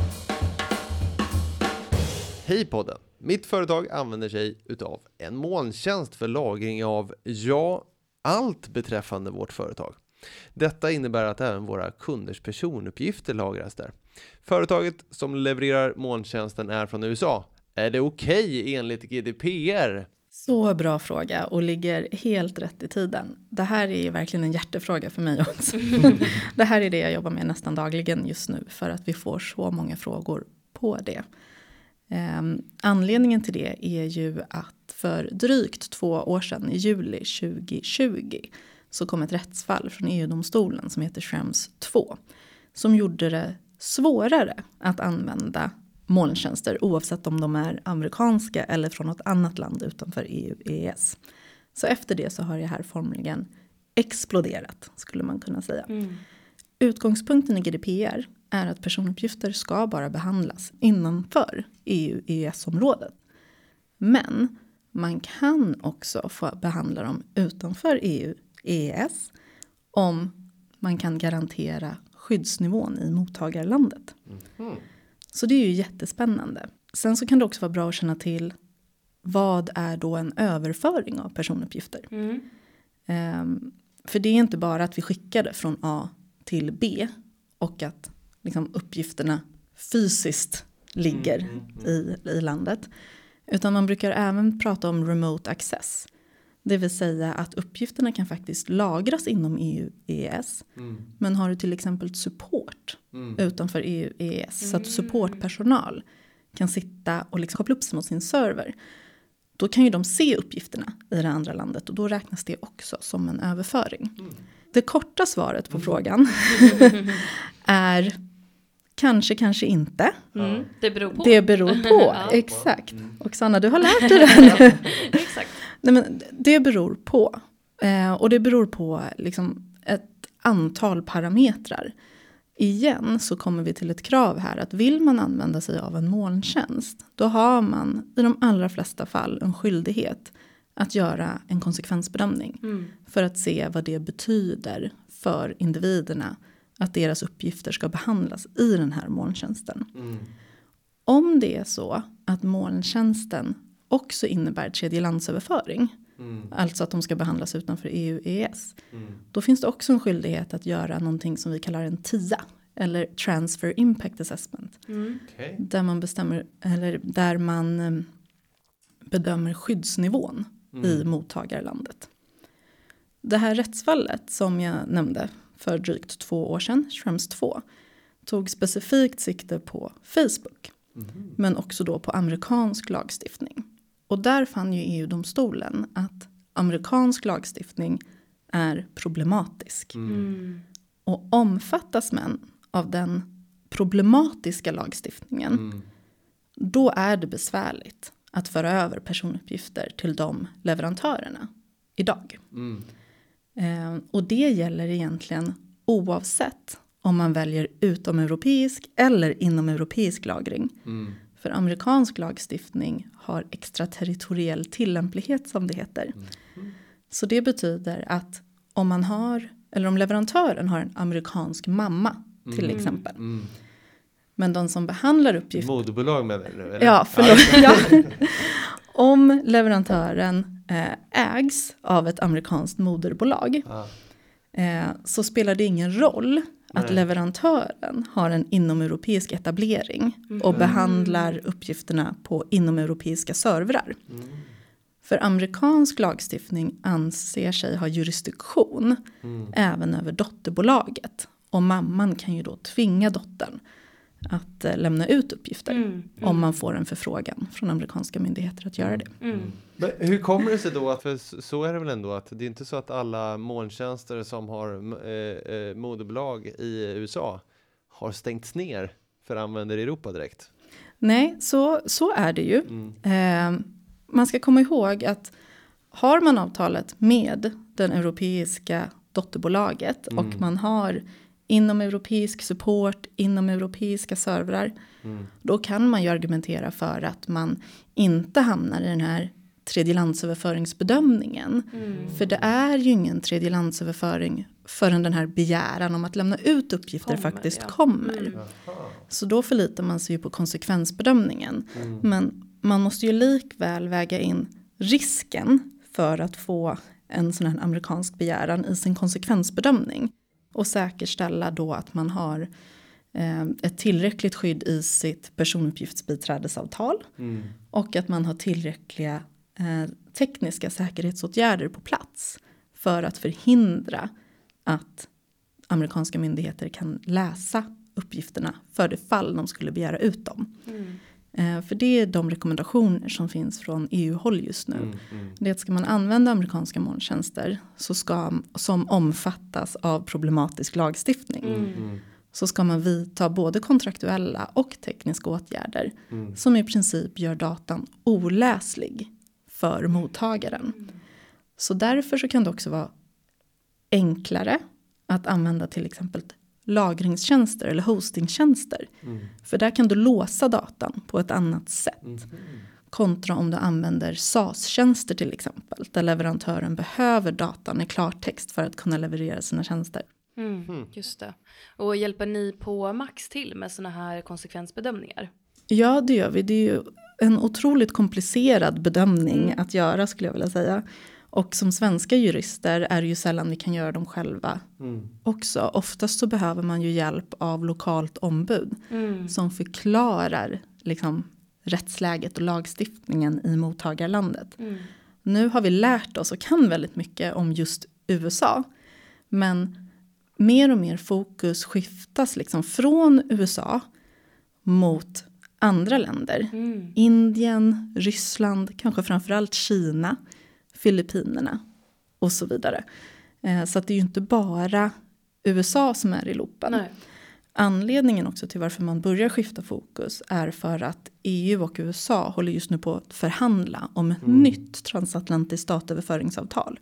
Hej podden! Mitt företag använder sig utav en molntjänst för lagring av, ja, allt beträffande vårt företag. Detta innebär att även våra kunders personuppgifter lagras där. Företaget som levererar molntjänsten är från U S A. Är det okej okay enligt G D P R? Så bra fråga och ligger helt rätt i tiden. Det här är verkligen en hjärtefråga för mig också. Det här är det jag jobbar med nästan dagligen just nu för att vi får så många frågor på det. Um, anledningen till det är ju att för drygt två år sedan, i juli tjugohundratjugo, så kom ett rättsfall från E U-domstolen som heter Schrems två. Som gjorde det svårare att använda molntjänster oavsett om de är amerikanska eller från något annat land utanför E U E E S. Så efter det så har det här formligen exploderat, skulle man kunna säga. Mm. Utgångspunkten i G D P R är att personuppgifter ska bara behandlas innanför E U E E S-området. Men man kan också få behandla dem utanför E U E E S om man kan garantera skyddsnivån i mottagarlandet. Mm. Så det är ju jättespännande. Sen så kan det också vara bra att känna till vad är då en överföring av personuppgifter. Mm. Um, för det är inte bara att vi skickar det från A till B och att liksom, uppgifterna fysiskt ligger mm, mm, mm. I, i landet. Utan man brukar även prata om remote access. Det vill säga att uppgifterna kan faktiskt lagras inom E U E E S. Mm. Men har du till exempel support mm. utanför E U E E S. Mm. Så att supportpersonal kan sitta och liksom koppla upp sig mot sin server. Då kan ju de se uppgifterna i det andra landet. Och då räknas det också som en överföring. Mm. Det korta svaret på mm. frågan är kanske, kanske inte. Mm. Det beror på. Det beror på, ja. Exakt. Mm. Och Sanna, du har lärt dig det här. Exakt. Nej, men det beror på. Eh, och det beror på liksom ett antal parametrar. Igen så kommer vi till ett krav här att vill man använda sig av en molntjänst, då har man i de allra flesta fall en skyldighet att göra en konsekvensbedömning. Mm. För att se vad det betyder för individerna att deras uppgifter ska behandlas i den här molntjänsten. Mm. Om det är så att molntjänsten också innebär tredjelandsöverföring, mm. alltså att de ska behandlas utanför E U E E S, mm. då finns det också en skyldighet att göra någonting som vi kallar en T I A, eller Transfer Impact Assessment. Mm. Okay. Där man bestämmer, eller där man bedömer skyddsnivån mm. i mottagarlandet. Det här rättsfallet som jag nämnde för drygt två år sedan, Schrems två, tog specifikt sikte på Facebook. Mm. Men också då på amerikansk lagstiftning. Och där fann ju E U-domstolen att amerikansk lagstiftning är problematisk. Mm. Och omfattas man av den problematiska lagstiftningen, mm. då är det besvärligt att föra över personuppgifter till de leverantörerna idag. Mm. Eh, och det gäller egentligen oavsett om man väljer utomeuropeisk eller inomeuropeisk lagring. Mm. För amerikansk lagstiftning har extraterritoriell tillämplighet som det heter. Mm. Så det betyder att om man har, eller om leverantören har en amerikansk mamma till mm. exempel. Mm. Men de som behandlar uppgifter... Moderbolag med eller? Ja, förlåt. Ja. Om leverantören eh, ägs av ett amerikanskt moderbolag ah. eh, så spelar det ingen roll att Nej. leverantören har en inomeuropeisk etablering mm. och behandlar uppgifterna på inomeuropeiska servrar. Mm. För amerikansk lagstiftning anser sig ha jurisdiktion mm. även över dotterbolaget. Och mamman kan ju då tvinga dottern att eh, lämna ut uppgifter mm, mm. om man får en förfrågan från amerikanska myndigheter att göra det. Mm. Men hur kommer det sig då att, för så är det väl ändå att det är inte så att alla molntjänster som har eh, eh, moderbolag i U S A har stängts ner för användare i Europa direkt? Nej, så, så är det ju. Mm. Eh, man ska komma ihåg att har man avtalet med den europeiska dotterbolaget mm. och man har inom europeisk support, inom europeiska servrar, mm. då kan man ju argumentera för att man inte hamnar i den här tredjelandsöverföringsbedömningen. Mm. För det är ju ingen tredjelandsöverföring förrän den här begäran om att lämna ut uppgifter kommer, faktiskt ja. kommer. Mm. Så då förlitar man sig ju på konsekvensbedömningen. Mm. Men man måste ju likväl väga in risken för att få en sån här amerikansk begäran i sin konsekvensbedömning. Och säkerställa då att man har eh, ett tillräckligt skydd i sitt personuppgiftsbiträdesavtal. Mm. Och att man har tillräckliga eh, tekniska säkerhetsåtgärder på plats för att förhindra att amerikanska myndigheter kan läsa uppgifterna för det fall de skulle begära ut dem. Mm. Eh, för det är de rekommendationer som finns från E U-håll just nu. Mm, mm. Det är att ska man använda amerikanska molntjänster så ska, som omfattas av problematisk lagstiftning. Mm, mm. Så ska man vidta både kontraktuella och tekniska åtgärder mm. som i princip gör datan oläslig för mottagaren. Mm. Så därför så kan det också vara enklare att använda till exempel lagringstjänster eller hostingtjänster. Mm. För där kan du låsa datan på ett annat sätt. Mm. Kontra om du använder S A S-tjänster till exempel. Där leverantören behöver datan i klartext för att kunna leverera sina tjänster. Mm, mm. Just det. Och hjälper ni på Max till med såna här konsekvensbedömningar? Ja, det gör vi. Det är ju en otroligt komplicerad bedömning mm. att göra skulle jag vilja säga. Och som svenska jurister är det ju sällan vi kan göra dem själva mm. också. Oftast så behöver man ju hjälp av lokalt ombud mm. som förklarar liksom, rättsläget och lagstiftningen i mottagarlandet. Mm. Nu har vi lärt oss och kan väldigt mycket om just U S A. Men mer och mer fokus skiftas liksom från U S A mot andra länder. Mm. Indien, Ryssland, kanske framförallt Kina, Filippinerna och så vidare. Eh, så att det är ju inte bara U S A som är i loopen. Nej. Anledningen också till varför man börjar skifta fokus är för att E U och U S A håller just nu på att förhandla om ett mm. nytt transatlantiskt datoröverföringsavtal.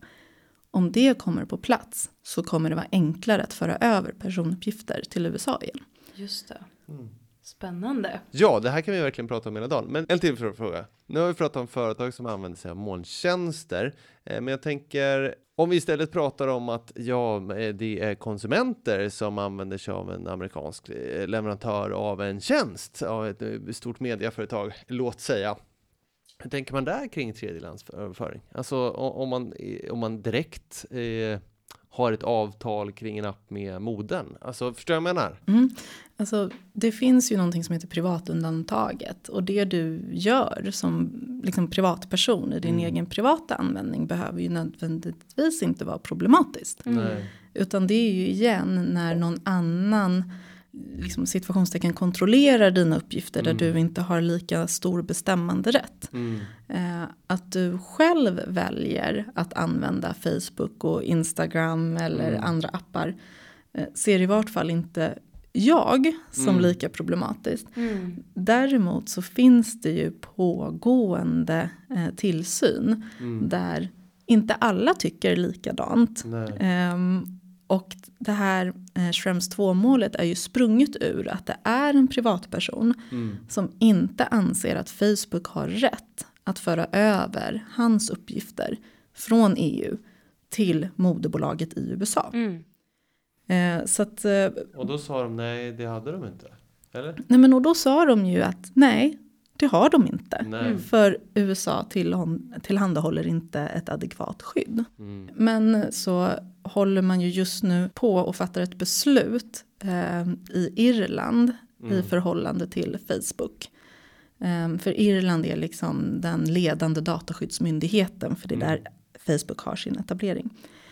Om det kommer på plats så kommer det vara enklare att föra över personuppgifter till U S A igen. Just det. Mm. Spännande. Ja, det här kan vi verkligen prata om hela dagen. Men en till fråga. Nu har vi pratat om företag som använder sig av molntjänster. Men jag tänker, om vi istället pratar om att ja, det är konsumenter som använder sig av en amerikansk leverantör av en tjänst. Av ett stort mediaföretag, låt säga. Hur tänker man där kring tredjelandsöverföring? Alltså om man, om man direkt eh, har ett avtal kring en app med modern. Alltså förstår jag vad jag menar? Mm. Alltså det finns ju någonting som heter privatundantaget. Och det du gör som liksom privatperson i din mm. egen privata användning behöver ju nödvändigtvis inte vara problematiskt. Mm. Utan det är ju igen när någon annan liksom situationstecken kontrollerar dina uppgifter mm. där du inte har lika stor bestämmande rätt. Mm. Eh, att du själv väljer att använda Facebook och Instagram eller mm. andra appar eh, ser i vart fall inte jag som mm. lika problematiskt. Mm. Däremot så finns det ju pågående eh, tillsyn mm. där inte alla tycker likadant. Eh, och det här eh, Schrems två-målet är ju sprunget ur att det är en privatperson mm. som inte anser att Facebook har rätt att föra över hans uppgifter från E U till moderbolaget i U S A. Mm. Eh, så att, eh, och då sa de nej, det hade de inte, eller? Nej, men och då sa de ju att nej, det har de inte. Mm. För U S A tillhåll, tillhandahåller inte ett adekvat skydd. Mm. Men så håller man ju just nu på och fattar ett beslut eh, i Irland mm. i förhållande till Facebook. Eh, för Irland är liksom den ledande dataskyddsmyndigheten, för det är mm. där Facebook har sin etablering.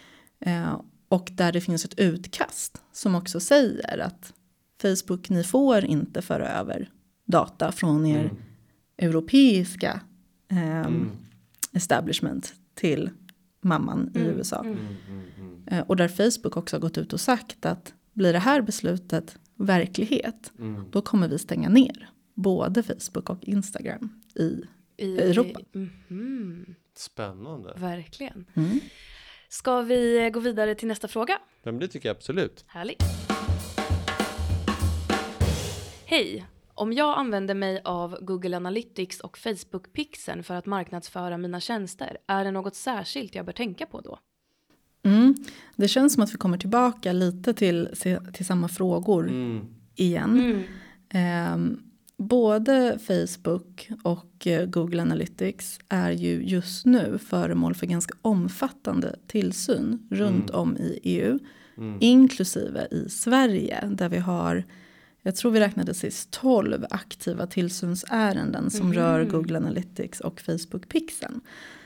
Eh, och där det finns ett utkast som också säger att Facebook, ni får inte föra över data från er mm. europeiska eh, mm. establishment till mamman mm. i U S A. Mm. Mm. Mm. Eh, och där Facebook också har gått ut och sagt att blir det här beslutet verklighet, mm. då kommer vi stänga ner både Facebook och Instagram i, I Europa. Mm. Spännande. Verkligen. Mm. Ska vi gå vidare till nästa fråga? Ja, men det tycker jag absolut. Härligt. Hej. Om jag använder mig av Google Analytics och Facebook Pixeln för att marknadsföra mina tjänster, är det något särskilt jag bör tänka på då? Mm. Det känns som att vi kommer tillbaka lite till, till samma frågor mm. igen. Mm. Eh, både Facebook och Google Analytics är ju just nu föremål för ganska omfattande tillsyn runt mm. om i E U. Mm. Inklusive i Sverige där vi har jag tror vi räknade sist tolv aktiva tillsynsärenden som mm. rör Google Analytics och Facebook Pixeln.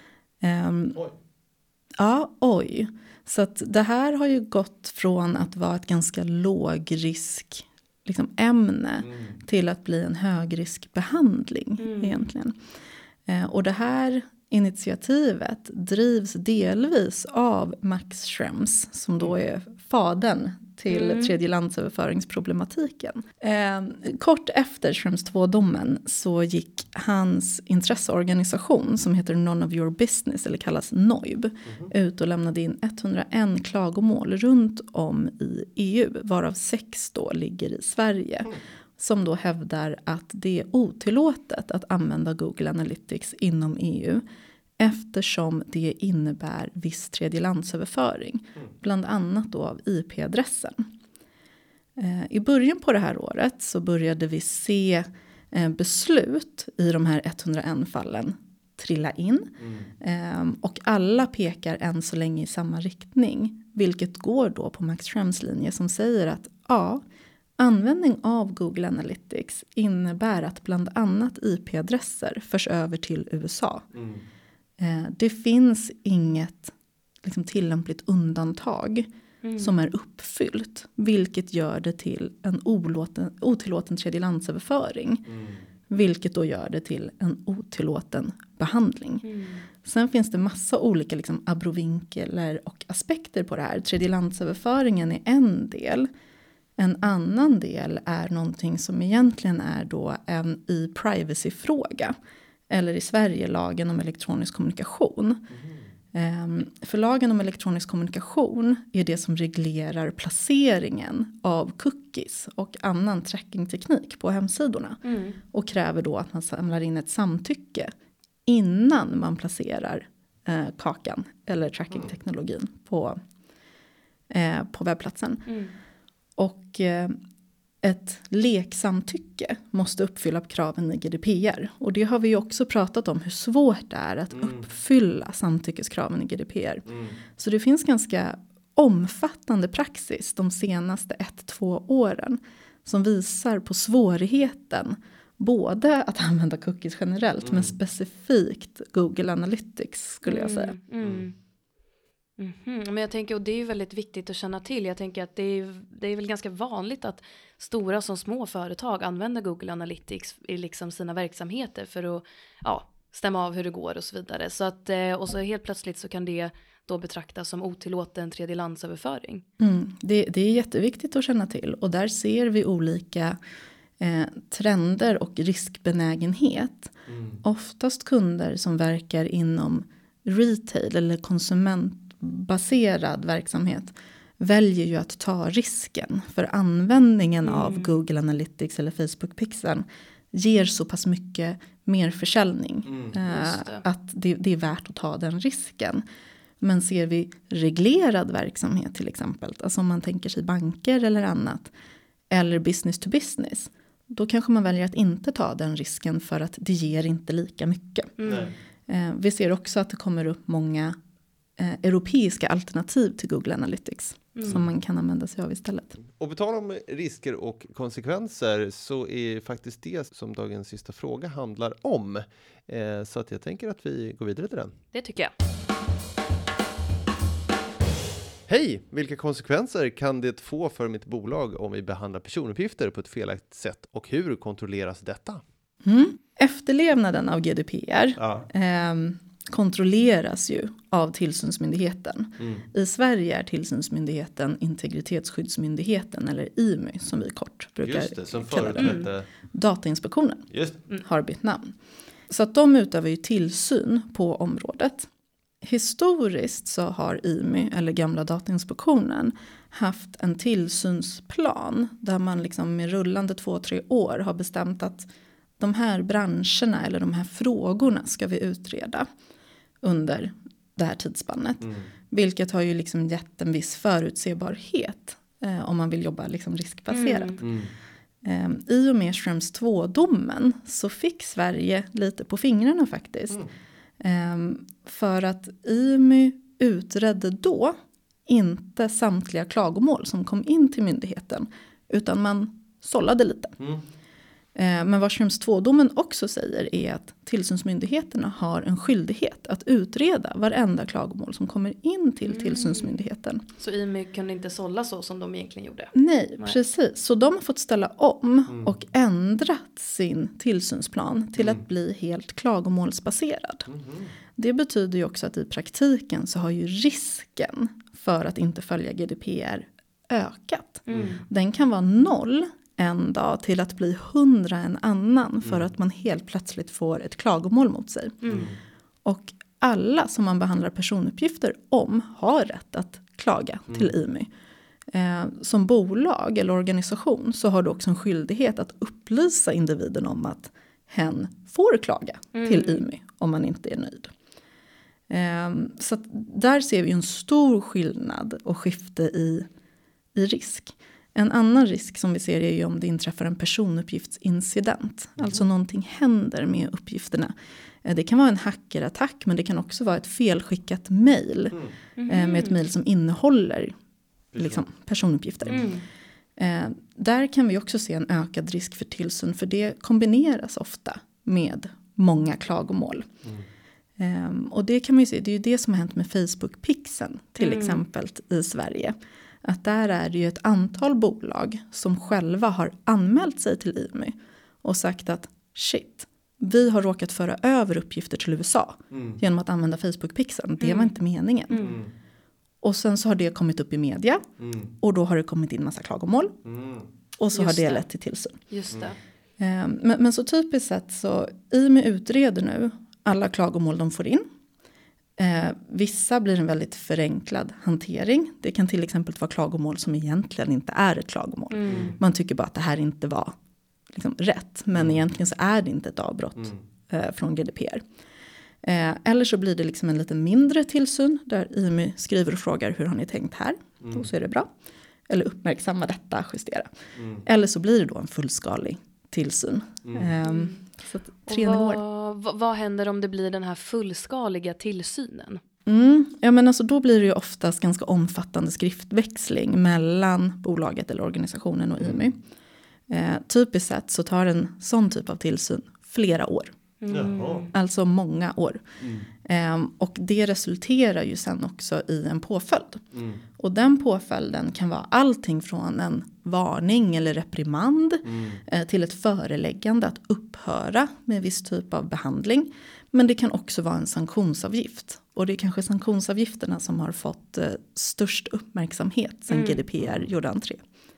Um, oj. Ja, oj. Så att det här har ju gått från att vara ett ganska lågrisk liksom, ämne mm. till att bli en högriskbehandling mm. egentligen. Eh, och det här initiativet drivs delvis av Max Schrems som då är fadern till mm. tredjelandsöverföringsproblematiken. Eh, kort efter Schrems två-domen så gick hans intresseorganisation som heter None of Your Business eller kallas N O I B mm. ut och lämnade in etthundraen klagomål runt om i E U varav sex då ligger i Sverige. Mm. Som då hävdar att det är otillåtet att använda Google Analytics inom E U eftersom det innebär viss tredjelandsöverföring, mm. bland annat då av I P-adressen. Eh, I början på det här året så började vi se eh, beslut i de här etthundraen fallen trilla in. Mm. Eh, och alla pekar än så länge i samma riktning, vilket går då på Max Schrems linje som säger att ja, användning av Google Analytics innebär att bland annat I P-adresser förs över till U S A. Mm. Eh, det finns inget liksom, tillämpligt undantag mm. som är uppfyllt. Vilket gör det till en olåten, otillåten tredjelandsöverföring. Mm. Vilket då gör det till en otillåten behandling. Mm. Sen finns det massa olika liksom, abrovinkeler och aspekter på det här. Tredjelandsöverföringen är en del. En annan del är någonting som egentligen är då en e-privacy-fråga. Eller i Sverige lagen om elektronisk kommunikation. Mm. Um, för lagen om elektronisk kommunikation är det som reglerar placeringen av cookies och annan trackingteknik på hemsidorna. Mm. Och kräver då att man samlar in ett samtycke innan man placerar uh, kakan eller trackingteknologin mm. på, uh, på webbplatsen. Mm. Och eh, ett leksamtycke måste uppfylla kraven i G D P R. Och det har vi ju också pratat om hur svårt det är att mm. uppfylla samtyckeskraven i G D P R. Mm. Så det finns ganska omfattande praxis de senaste ett, två åren som visar på svårigheten både att använda cookies generellt mm. men specifikt Google Analytics skulle jag säga. Mm. Mm. Mm-hmm. Men jag tänker, och det är ju väldigt viktigt att känna till. Jag tänker att det är, det är väl ganska vanligt att stora som små företag använder Google Analytics i liksom sina verksamheter för att ja, stämma av hur det går och så vidare. Så att, och så helt plötsligt så kan det då betraktas som otillåten tredjelandsöverföring. Mm, det, det är jätteviktigt att känna till. Och där ser vi olika eh, trender och riskbenägenhet. Mm. Oftast kunder som verkar inom retail eller konsumentbaserad verksamhet väljer ju att ta risken. För användningen mm. av Google Analytics eller Facebook Pixeln ger så pass mycket mer försäljning. Mm, eh, att det, det är värt att ta den risken. Men ser vi reglerad verksamhet till exempel, alltså om man tänker sig banker eller annat, eller business to business, då kanske man väljer att inte ta den risken för att det ger inte lika mycket. Mm. Eh, vi ser också att det kommer upp många eh, europeiska alternativ till Google Analytics mm. som man kan använda sig av istället. Och på tal om risker och konsekvenser så är faktiskt det som dagens sista fråga handlar om. Eh, så att jag tänker att vi går vidare till den. Det tycker jag. Hej! Vilka konsekvenser kan det få för mitt bolag om vi behandlar personuppgifter på ett felaktigt sätt och hur kontrolleras detta? Mm. Efterlevnaden av G D P R ja. eh, kontrolleras ju av tillsynsmyndigheten. Mm. I Sverige är tillsynsmyndigheten Integritetsskyddsmyndigheten eller I M Y som vi kort brukar Just det, som kalla det. Mm. Datainspektionen Just. har bytt namn. Så att de utövar ju tillsyn på området. Historiskt så har I M Y eller gamla Datainspektionen haft en tillsynsplan där man liksom med rullande två, tre år har bestämt att de här branscherna eller de här frågorna ska vi utreda under det här tidsspannet. Mm. Vilket har ju liksom gett en viss förutsebarhet eh, om man vill jobba liksom riskbaserat. Mm. Mm. Eh, I och med Schrems två-domen så fick Sverige lite på fingrarna faktiskt. Mm. Eh, för att I M Y utredde då inte samtliga klagomål som kom in till myndigheten. Utan man sållade lite. Mm. Men vad Schrems två-domen också säger är att tillsynsmyndigheterna har en skyldighet att utreda varenda klagomål som kommer in till mm. tillsynsmyndigheten. Så I M Y kunde inte sålla så som de egentligen gjorde? Nej, Nej. precis. Så de har fått ställa om mm. och ändrat sin tillsynsplan till mm. att bli helt klagomålsbaserad. Mm. Det betyder ju också att i praktiken så har ju risken för att inte följa G D P R ökat. Mm. Den kan vara noll en dag till att bli hundra en annan för mm. att man helt plötsligt får ett klagomål mot sig. Mm. Och alla som man behandlar personuppgifter om har rätt att klaga mm. till I M Y. Eh, som bolag eller organisation så har du också en skyldighet att upplysa individen om att hen får klaga mm. till I M Y om man inte är nöjd. Eh, så att där ser vi en stor skillnad och skifte i, i risk. En annan risk som vi ser är ju om det inträffar en personuppgiftsincident. Mm. Alltså någonting händer med uppgifterna. Det kan vara en hackerattack men det kan också vara ett felskickat mejl. Mm. Med ett mejl som innehåller liksom, personuppgifter. Mm. Eh, där kan vi också se en ökad risk för tillsyn. För det kombineras ofta med många klagomål. Mm. Eh, och det kan man ju se, det är ju det som har hänt med Facebook-pixeln till Mm. exempel i Sverige. Att där är det ju ett antal bolag som själva har anmält sig till I M Y och sagt att shit, vi har råkat föra över uppgifter till U S A mm. genom att använda Facebook-pixeln. Det Mm. var inte meningen. Mm. Och sen så har det kommit upp i media Mm. och då har det kommit in massa klagomål Mm. och så Just har det, det. lett till tillsyn. Just det. Eh, men, men så typiskt sett så I M Y utreder nu alla klagomål de får in. Eh, vissa blir en väldigt förenklad hantering. Det kan till exempel vara klagomål som egentligen inte är ett klagomål. Mm. Man tycker bara att det här inte var liksom, rätt. Men Mm. egentligen så är det inte ett avbrott Mm. eh, från G D P R. Eh, eller så blir det liksom en lite mindre tillsyn där I M Y skriver och frågar hur har ni tänkt här? Mm. Då så är det bra. Eller uppmärksamma detta, justera. Mm. Eller så blir det då en fullskalig tillsyn. Mm. Eh, så att tre Och nivåer. vad, vad, vad händer om det blir den här fullskaliga tillsynen? Mm, ja, men alltså då blir det ju oftast ganska omfattande skriftväxling mellan bolaget eller organisationen och I M Y. Eh, typiskt sett så tar en sån typ av tillsyn flera år. Mm. Jaha. Alltså många år. Mm. Eh, och det resulterar ju sen också i en påföljd. Mm. Och den påföljden kan vara allting från en varning eller reprimand Mm. eh, till ett föreläggande att upphöra med viss typ av behandling. Men det kan också vara en sanktionsavgift. Och det är kanske sanktionsavgifterna som har fått eh, störst uppmärksamhet sedan Mm. G D P R gjorde entré.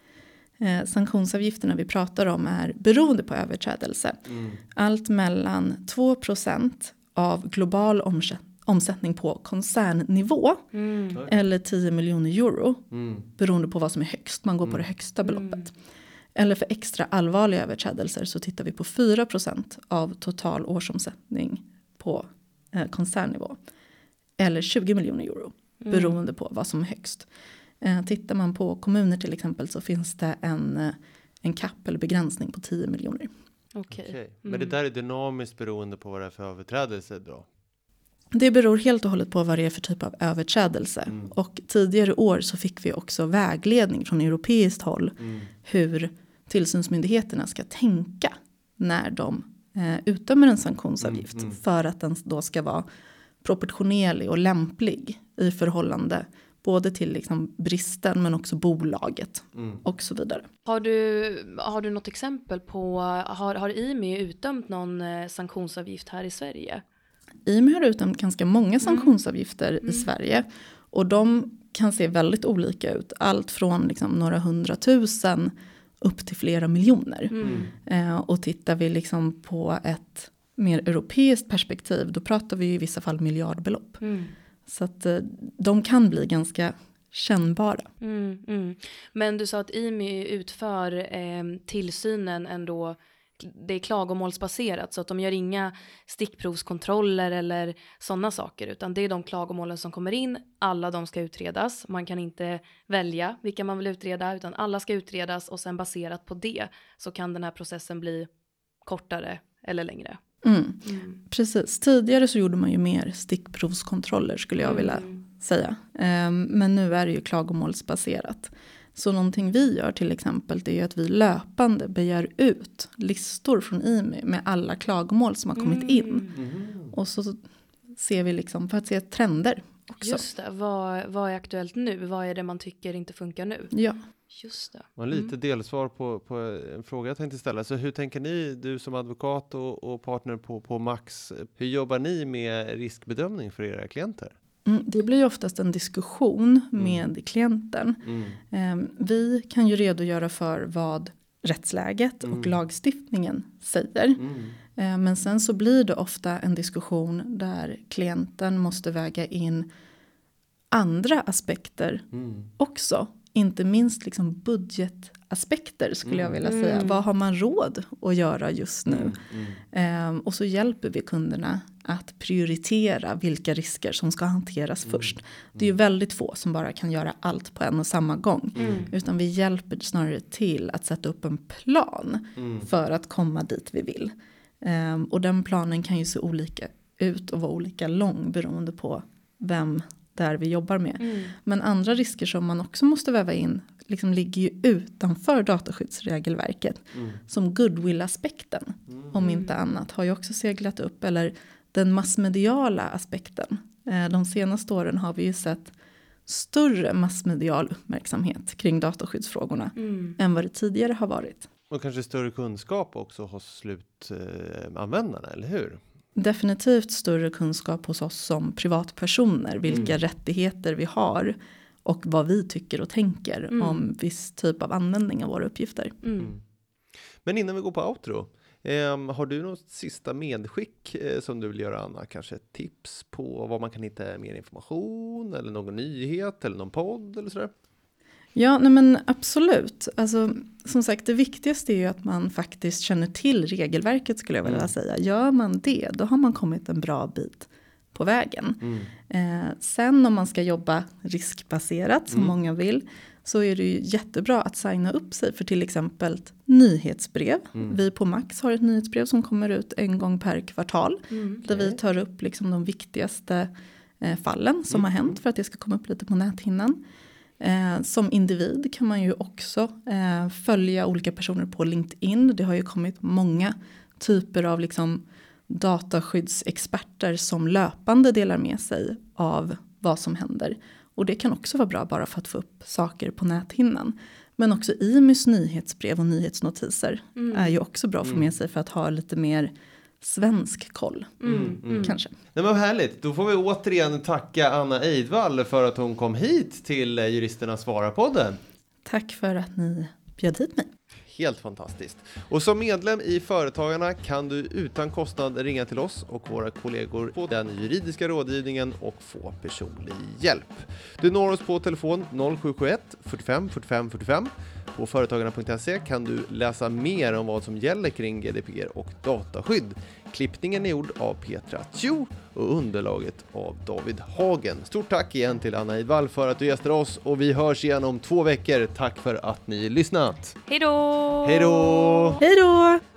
Eh, sanktionsavgifterna vi pratar om är beroende på överträdelse. Mm. Allt mellan två procent av global omsätt- omsättning på koncernnivå Mm. eller tio miljoner euro Mm. beroende på vad som är högst. Man går på Mm. det högsta beloppet. Mm. Eller för extra allvarliga överträdelser så tittar vi på fyra procent av total årsomsättning på eh, koncernnivå. Eller tjugo miljoner euro Mm. beroende på vad som är högst. Eh, tittar man på kommuner till exempel så finns det en, eh, en kapp eller begränsning på tio miljoner. Okej. Okej. Men Mm. det där är dynamiskt beroende på vad det är för överträdelse då? Det beror helt och hållet på vad det är för typ av överträdelse. Mm. Och tidigare år så fick vi också vägledning från europeiskt håll Mm. hur tillsynsmyndigheterna ska tänka när de eh, utdömer en sanktionsavgift. Mm, mm. För att den då ska vara proportionerlig och lämplig i förhållande både till liksom bristen men också bolaget Mm. och så vidare. Har du, har du något exempel på, har, har I M Y utdömt någon eh, sanktionsavgift här i Sverige? I M Y har utdömt ganska många sanktionsavgifter Mm. i Sverige. Och de kan se väldigt olika ut. Allt från liksom några hundratusen upp till flera miljoner. Mm. Eh, och tittar vi liksom på ett mer europeiskt perspektiv, då pratar vi i vissa fall miljardbelopp. Mm. Så att eh, de kan bli ganska kännbara. Mm, mm. Men du sa att I M Y utför eh, tillsynen ändå, det är klagomålsbaserat så att de gör inga stickprovskontroller eller sådana saker utan det är de klagomålen som kommer in, alla de ska utredas. Man kan inte välja vilka man vill utreda utan alla ska utredas och sen baserat på det så kan den här processen bli kortare eller längre. Mm. Mm. Precis, tidigare så gjorde man ju mer stickprovskontroller skulle jag vilja Mm. säga. Um, men nu är det ju klagomålsbaserat. Så någonting vi gör till exempel, det är att vi löpande begär ut listor från I M I med alla klagomål som har kommit Mm. in. Mm. Och så ser vi liksom, för att se trender också. Just det, vad, vad är aktuellt nu? Vad är det man tycker inte funkar nu? Ja. Just det. Och lite Mm. delsvar på, på en fråga jag tänkte ställa. Så hur tänker ni, du som advokat och, och partner på, på Max, hur jobbar ni med riskbedömning för era klienter? Mm, det blir ju oftast en diskussion med klienten. Mm. Eh, vi kan ju redogöra för vad rättsläget Mm. och lagstiftningen säger. Mm. Eh, men sen så blir det ofta en diskussion där klienten måste väga in andra aspekter Mm. också. Inte minst liksom budgetaspekter skulle jag vilja säga. Mm. Vad har man råd att göra just nu? Mm. Mm. Eh, och så hjälper vi kunderna att prioritera vilka risker som ska hanteras Mm. först. Det är ju väldigt få som bara kan göra allt på en och samma gång. Mm. Utan vi hjälper snarare till att sätta upp en plan Mm. för att komma dit vi vill. Eh, och den planen kan ju se olika ut och vara olika lång beroende på vem där vi jobbar med. Mm. Men andra risker som man också måste väva in liksom ligger ju utanför dataskyddsregelverket. Mm. Som goodwill-aspekten, om inte annat, har ju också seglat upp. Eller den massmediala aspekten. Eh, de senaste åren har vi ju sett större massmedial uppmärksamhet kring dataskyddsfrågorna Mm. än vad det tidigare har varit. Och kanske större kunskap också hos slutanvändarna, eller hur? Definitivt större kunskap hos oss som privatpersoner. Vilka Mm. rättigheter vi har och vad vi tycker och tänker Mm. om viss typ av användning av våra uppgifter. Mm. Mm. Men innan vi går på outro, eh, har du något sista medskick eh, som du vill göra, Anna? Kanske ett tips på vad man kan hitta mer information eller någon nyhet eller någon podd eller sådär? Ja, nej men absolut. Alltså, som sagt, det viktigaste är ju att man faktiskt känner till regelverket skulle jag vilja Mm. säga. Gör man det, då har man kommit en bra bit på vägen. Mm. Eh, sen om man ska jobba riskbaserat som Mm. många vill, så är det ju jättebra att signa upp sig för till exempel ett nyhetsbrev. Mm. Vi på Max har ett nyhetsbrev som kommer ut en gång per kvartal. Mm. Där vi tar upp liksom de viktigaste eh, fallen som Mm. har hänt för att det ska komma upp lite på näthinnan. Eh, som individ kan man ju också eh, följa olika personer på LinkedIn. Det har ju kommit många typer av liksom dataskyddsexperter som löpande delar med sig av vad som händer. Och det kan också vara bra bara för att få upp saker på näthinnan. Men också I M Is nyhetsbrev och nyhetsnotiser Mm. är ju också bra att få Mm. med sig för att ha lite mer svensk koll. Mm. Mm. Kanske. Nej, men härligt. Då får vi återigen tacka Anna Eidvall för att hon kom hit till eh, Juristerna Svarar-podden. Tack för att ni bjöd hit mig. Helt fantastiskt. Och som medlem i Företagarna kan du utan kostnad ringa till oss och våra kollegor på den juridiska rådgivningen och få personlig hjälp. Du når oss på telefon noll sju sju ett fyrtiofem fyrtiofem fyrtiofem. På företagarna punkt se kan du läsa mer om vad som gäller kring G D P R och dataskydd. Klippningen är gjord av Petra Tjo och underlaget av David Hagen. Stort tack igen till Anna Eidvall för att du gästade oss och vi hörs igen om två veckor. Tack för att ni lyssnat. Hej då! Hej då! Hej då!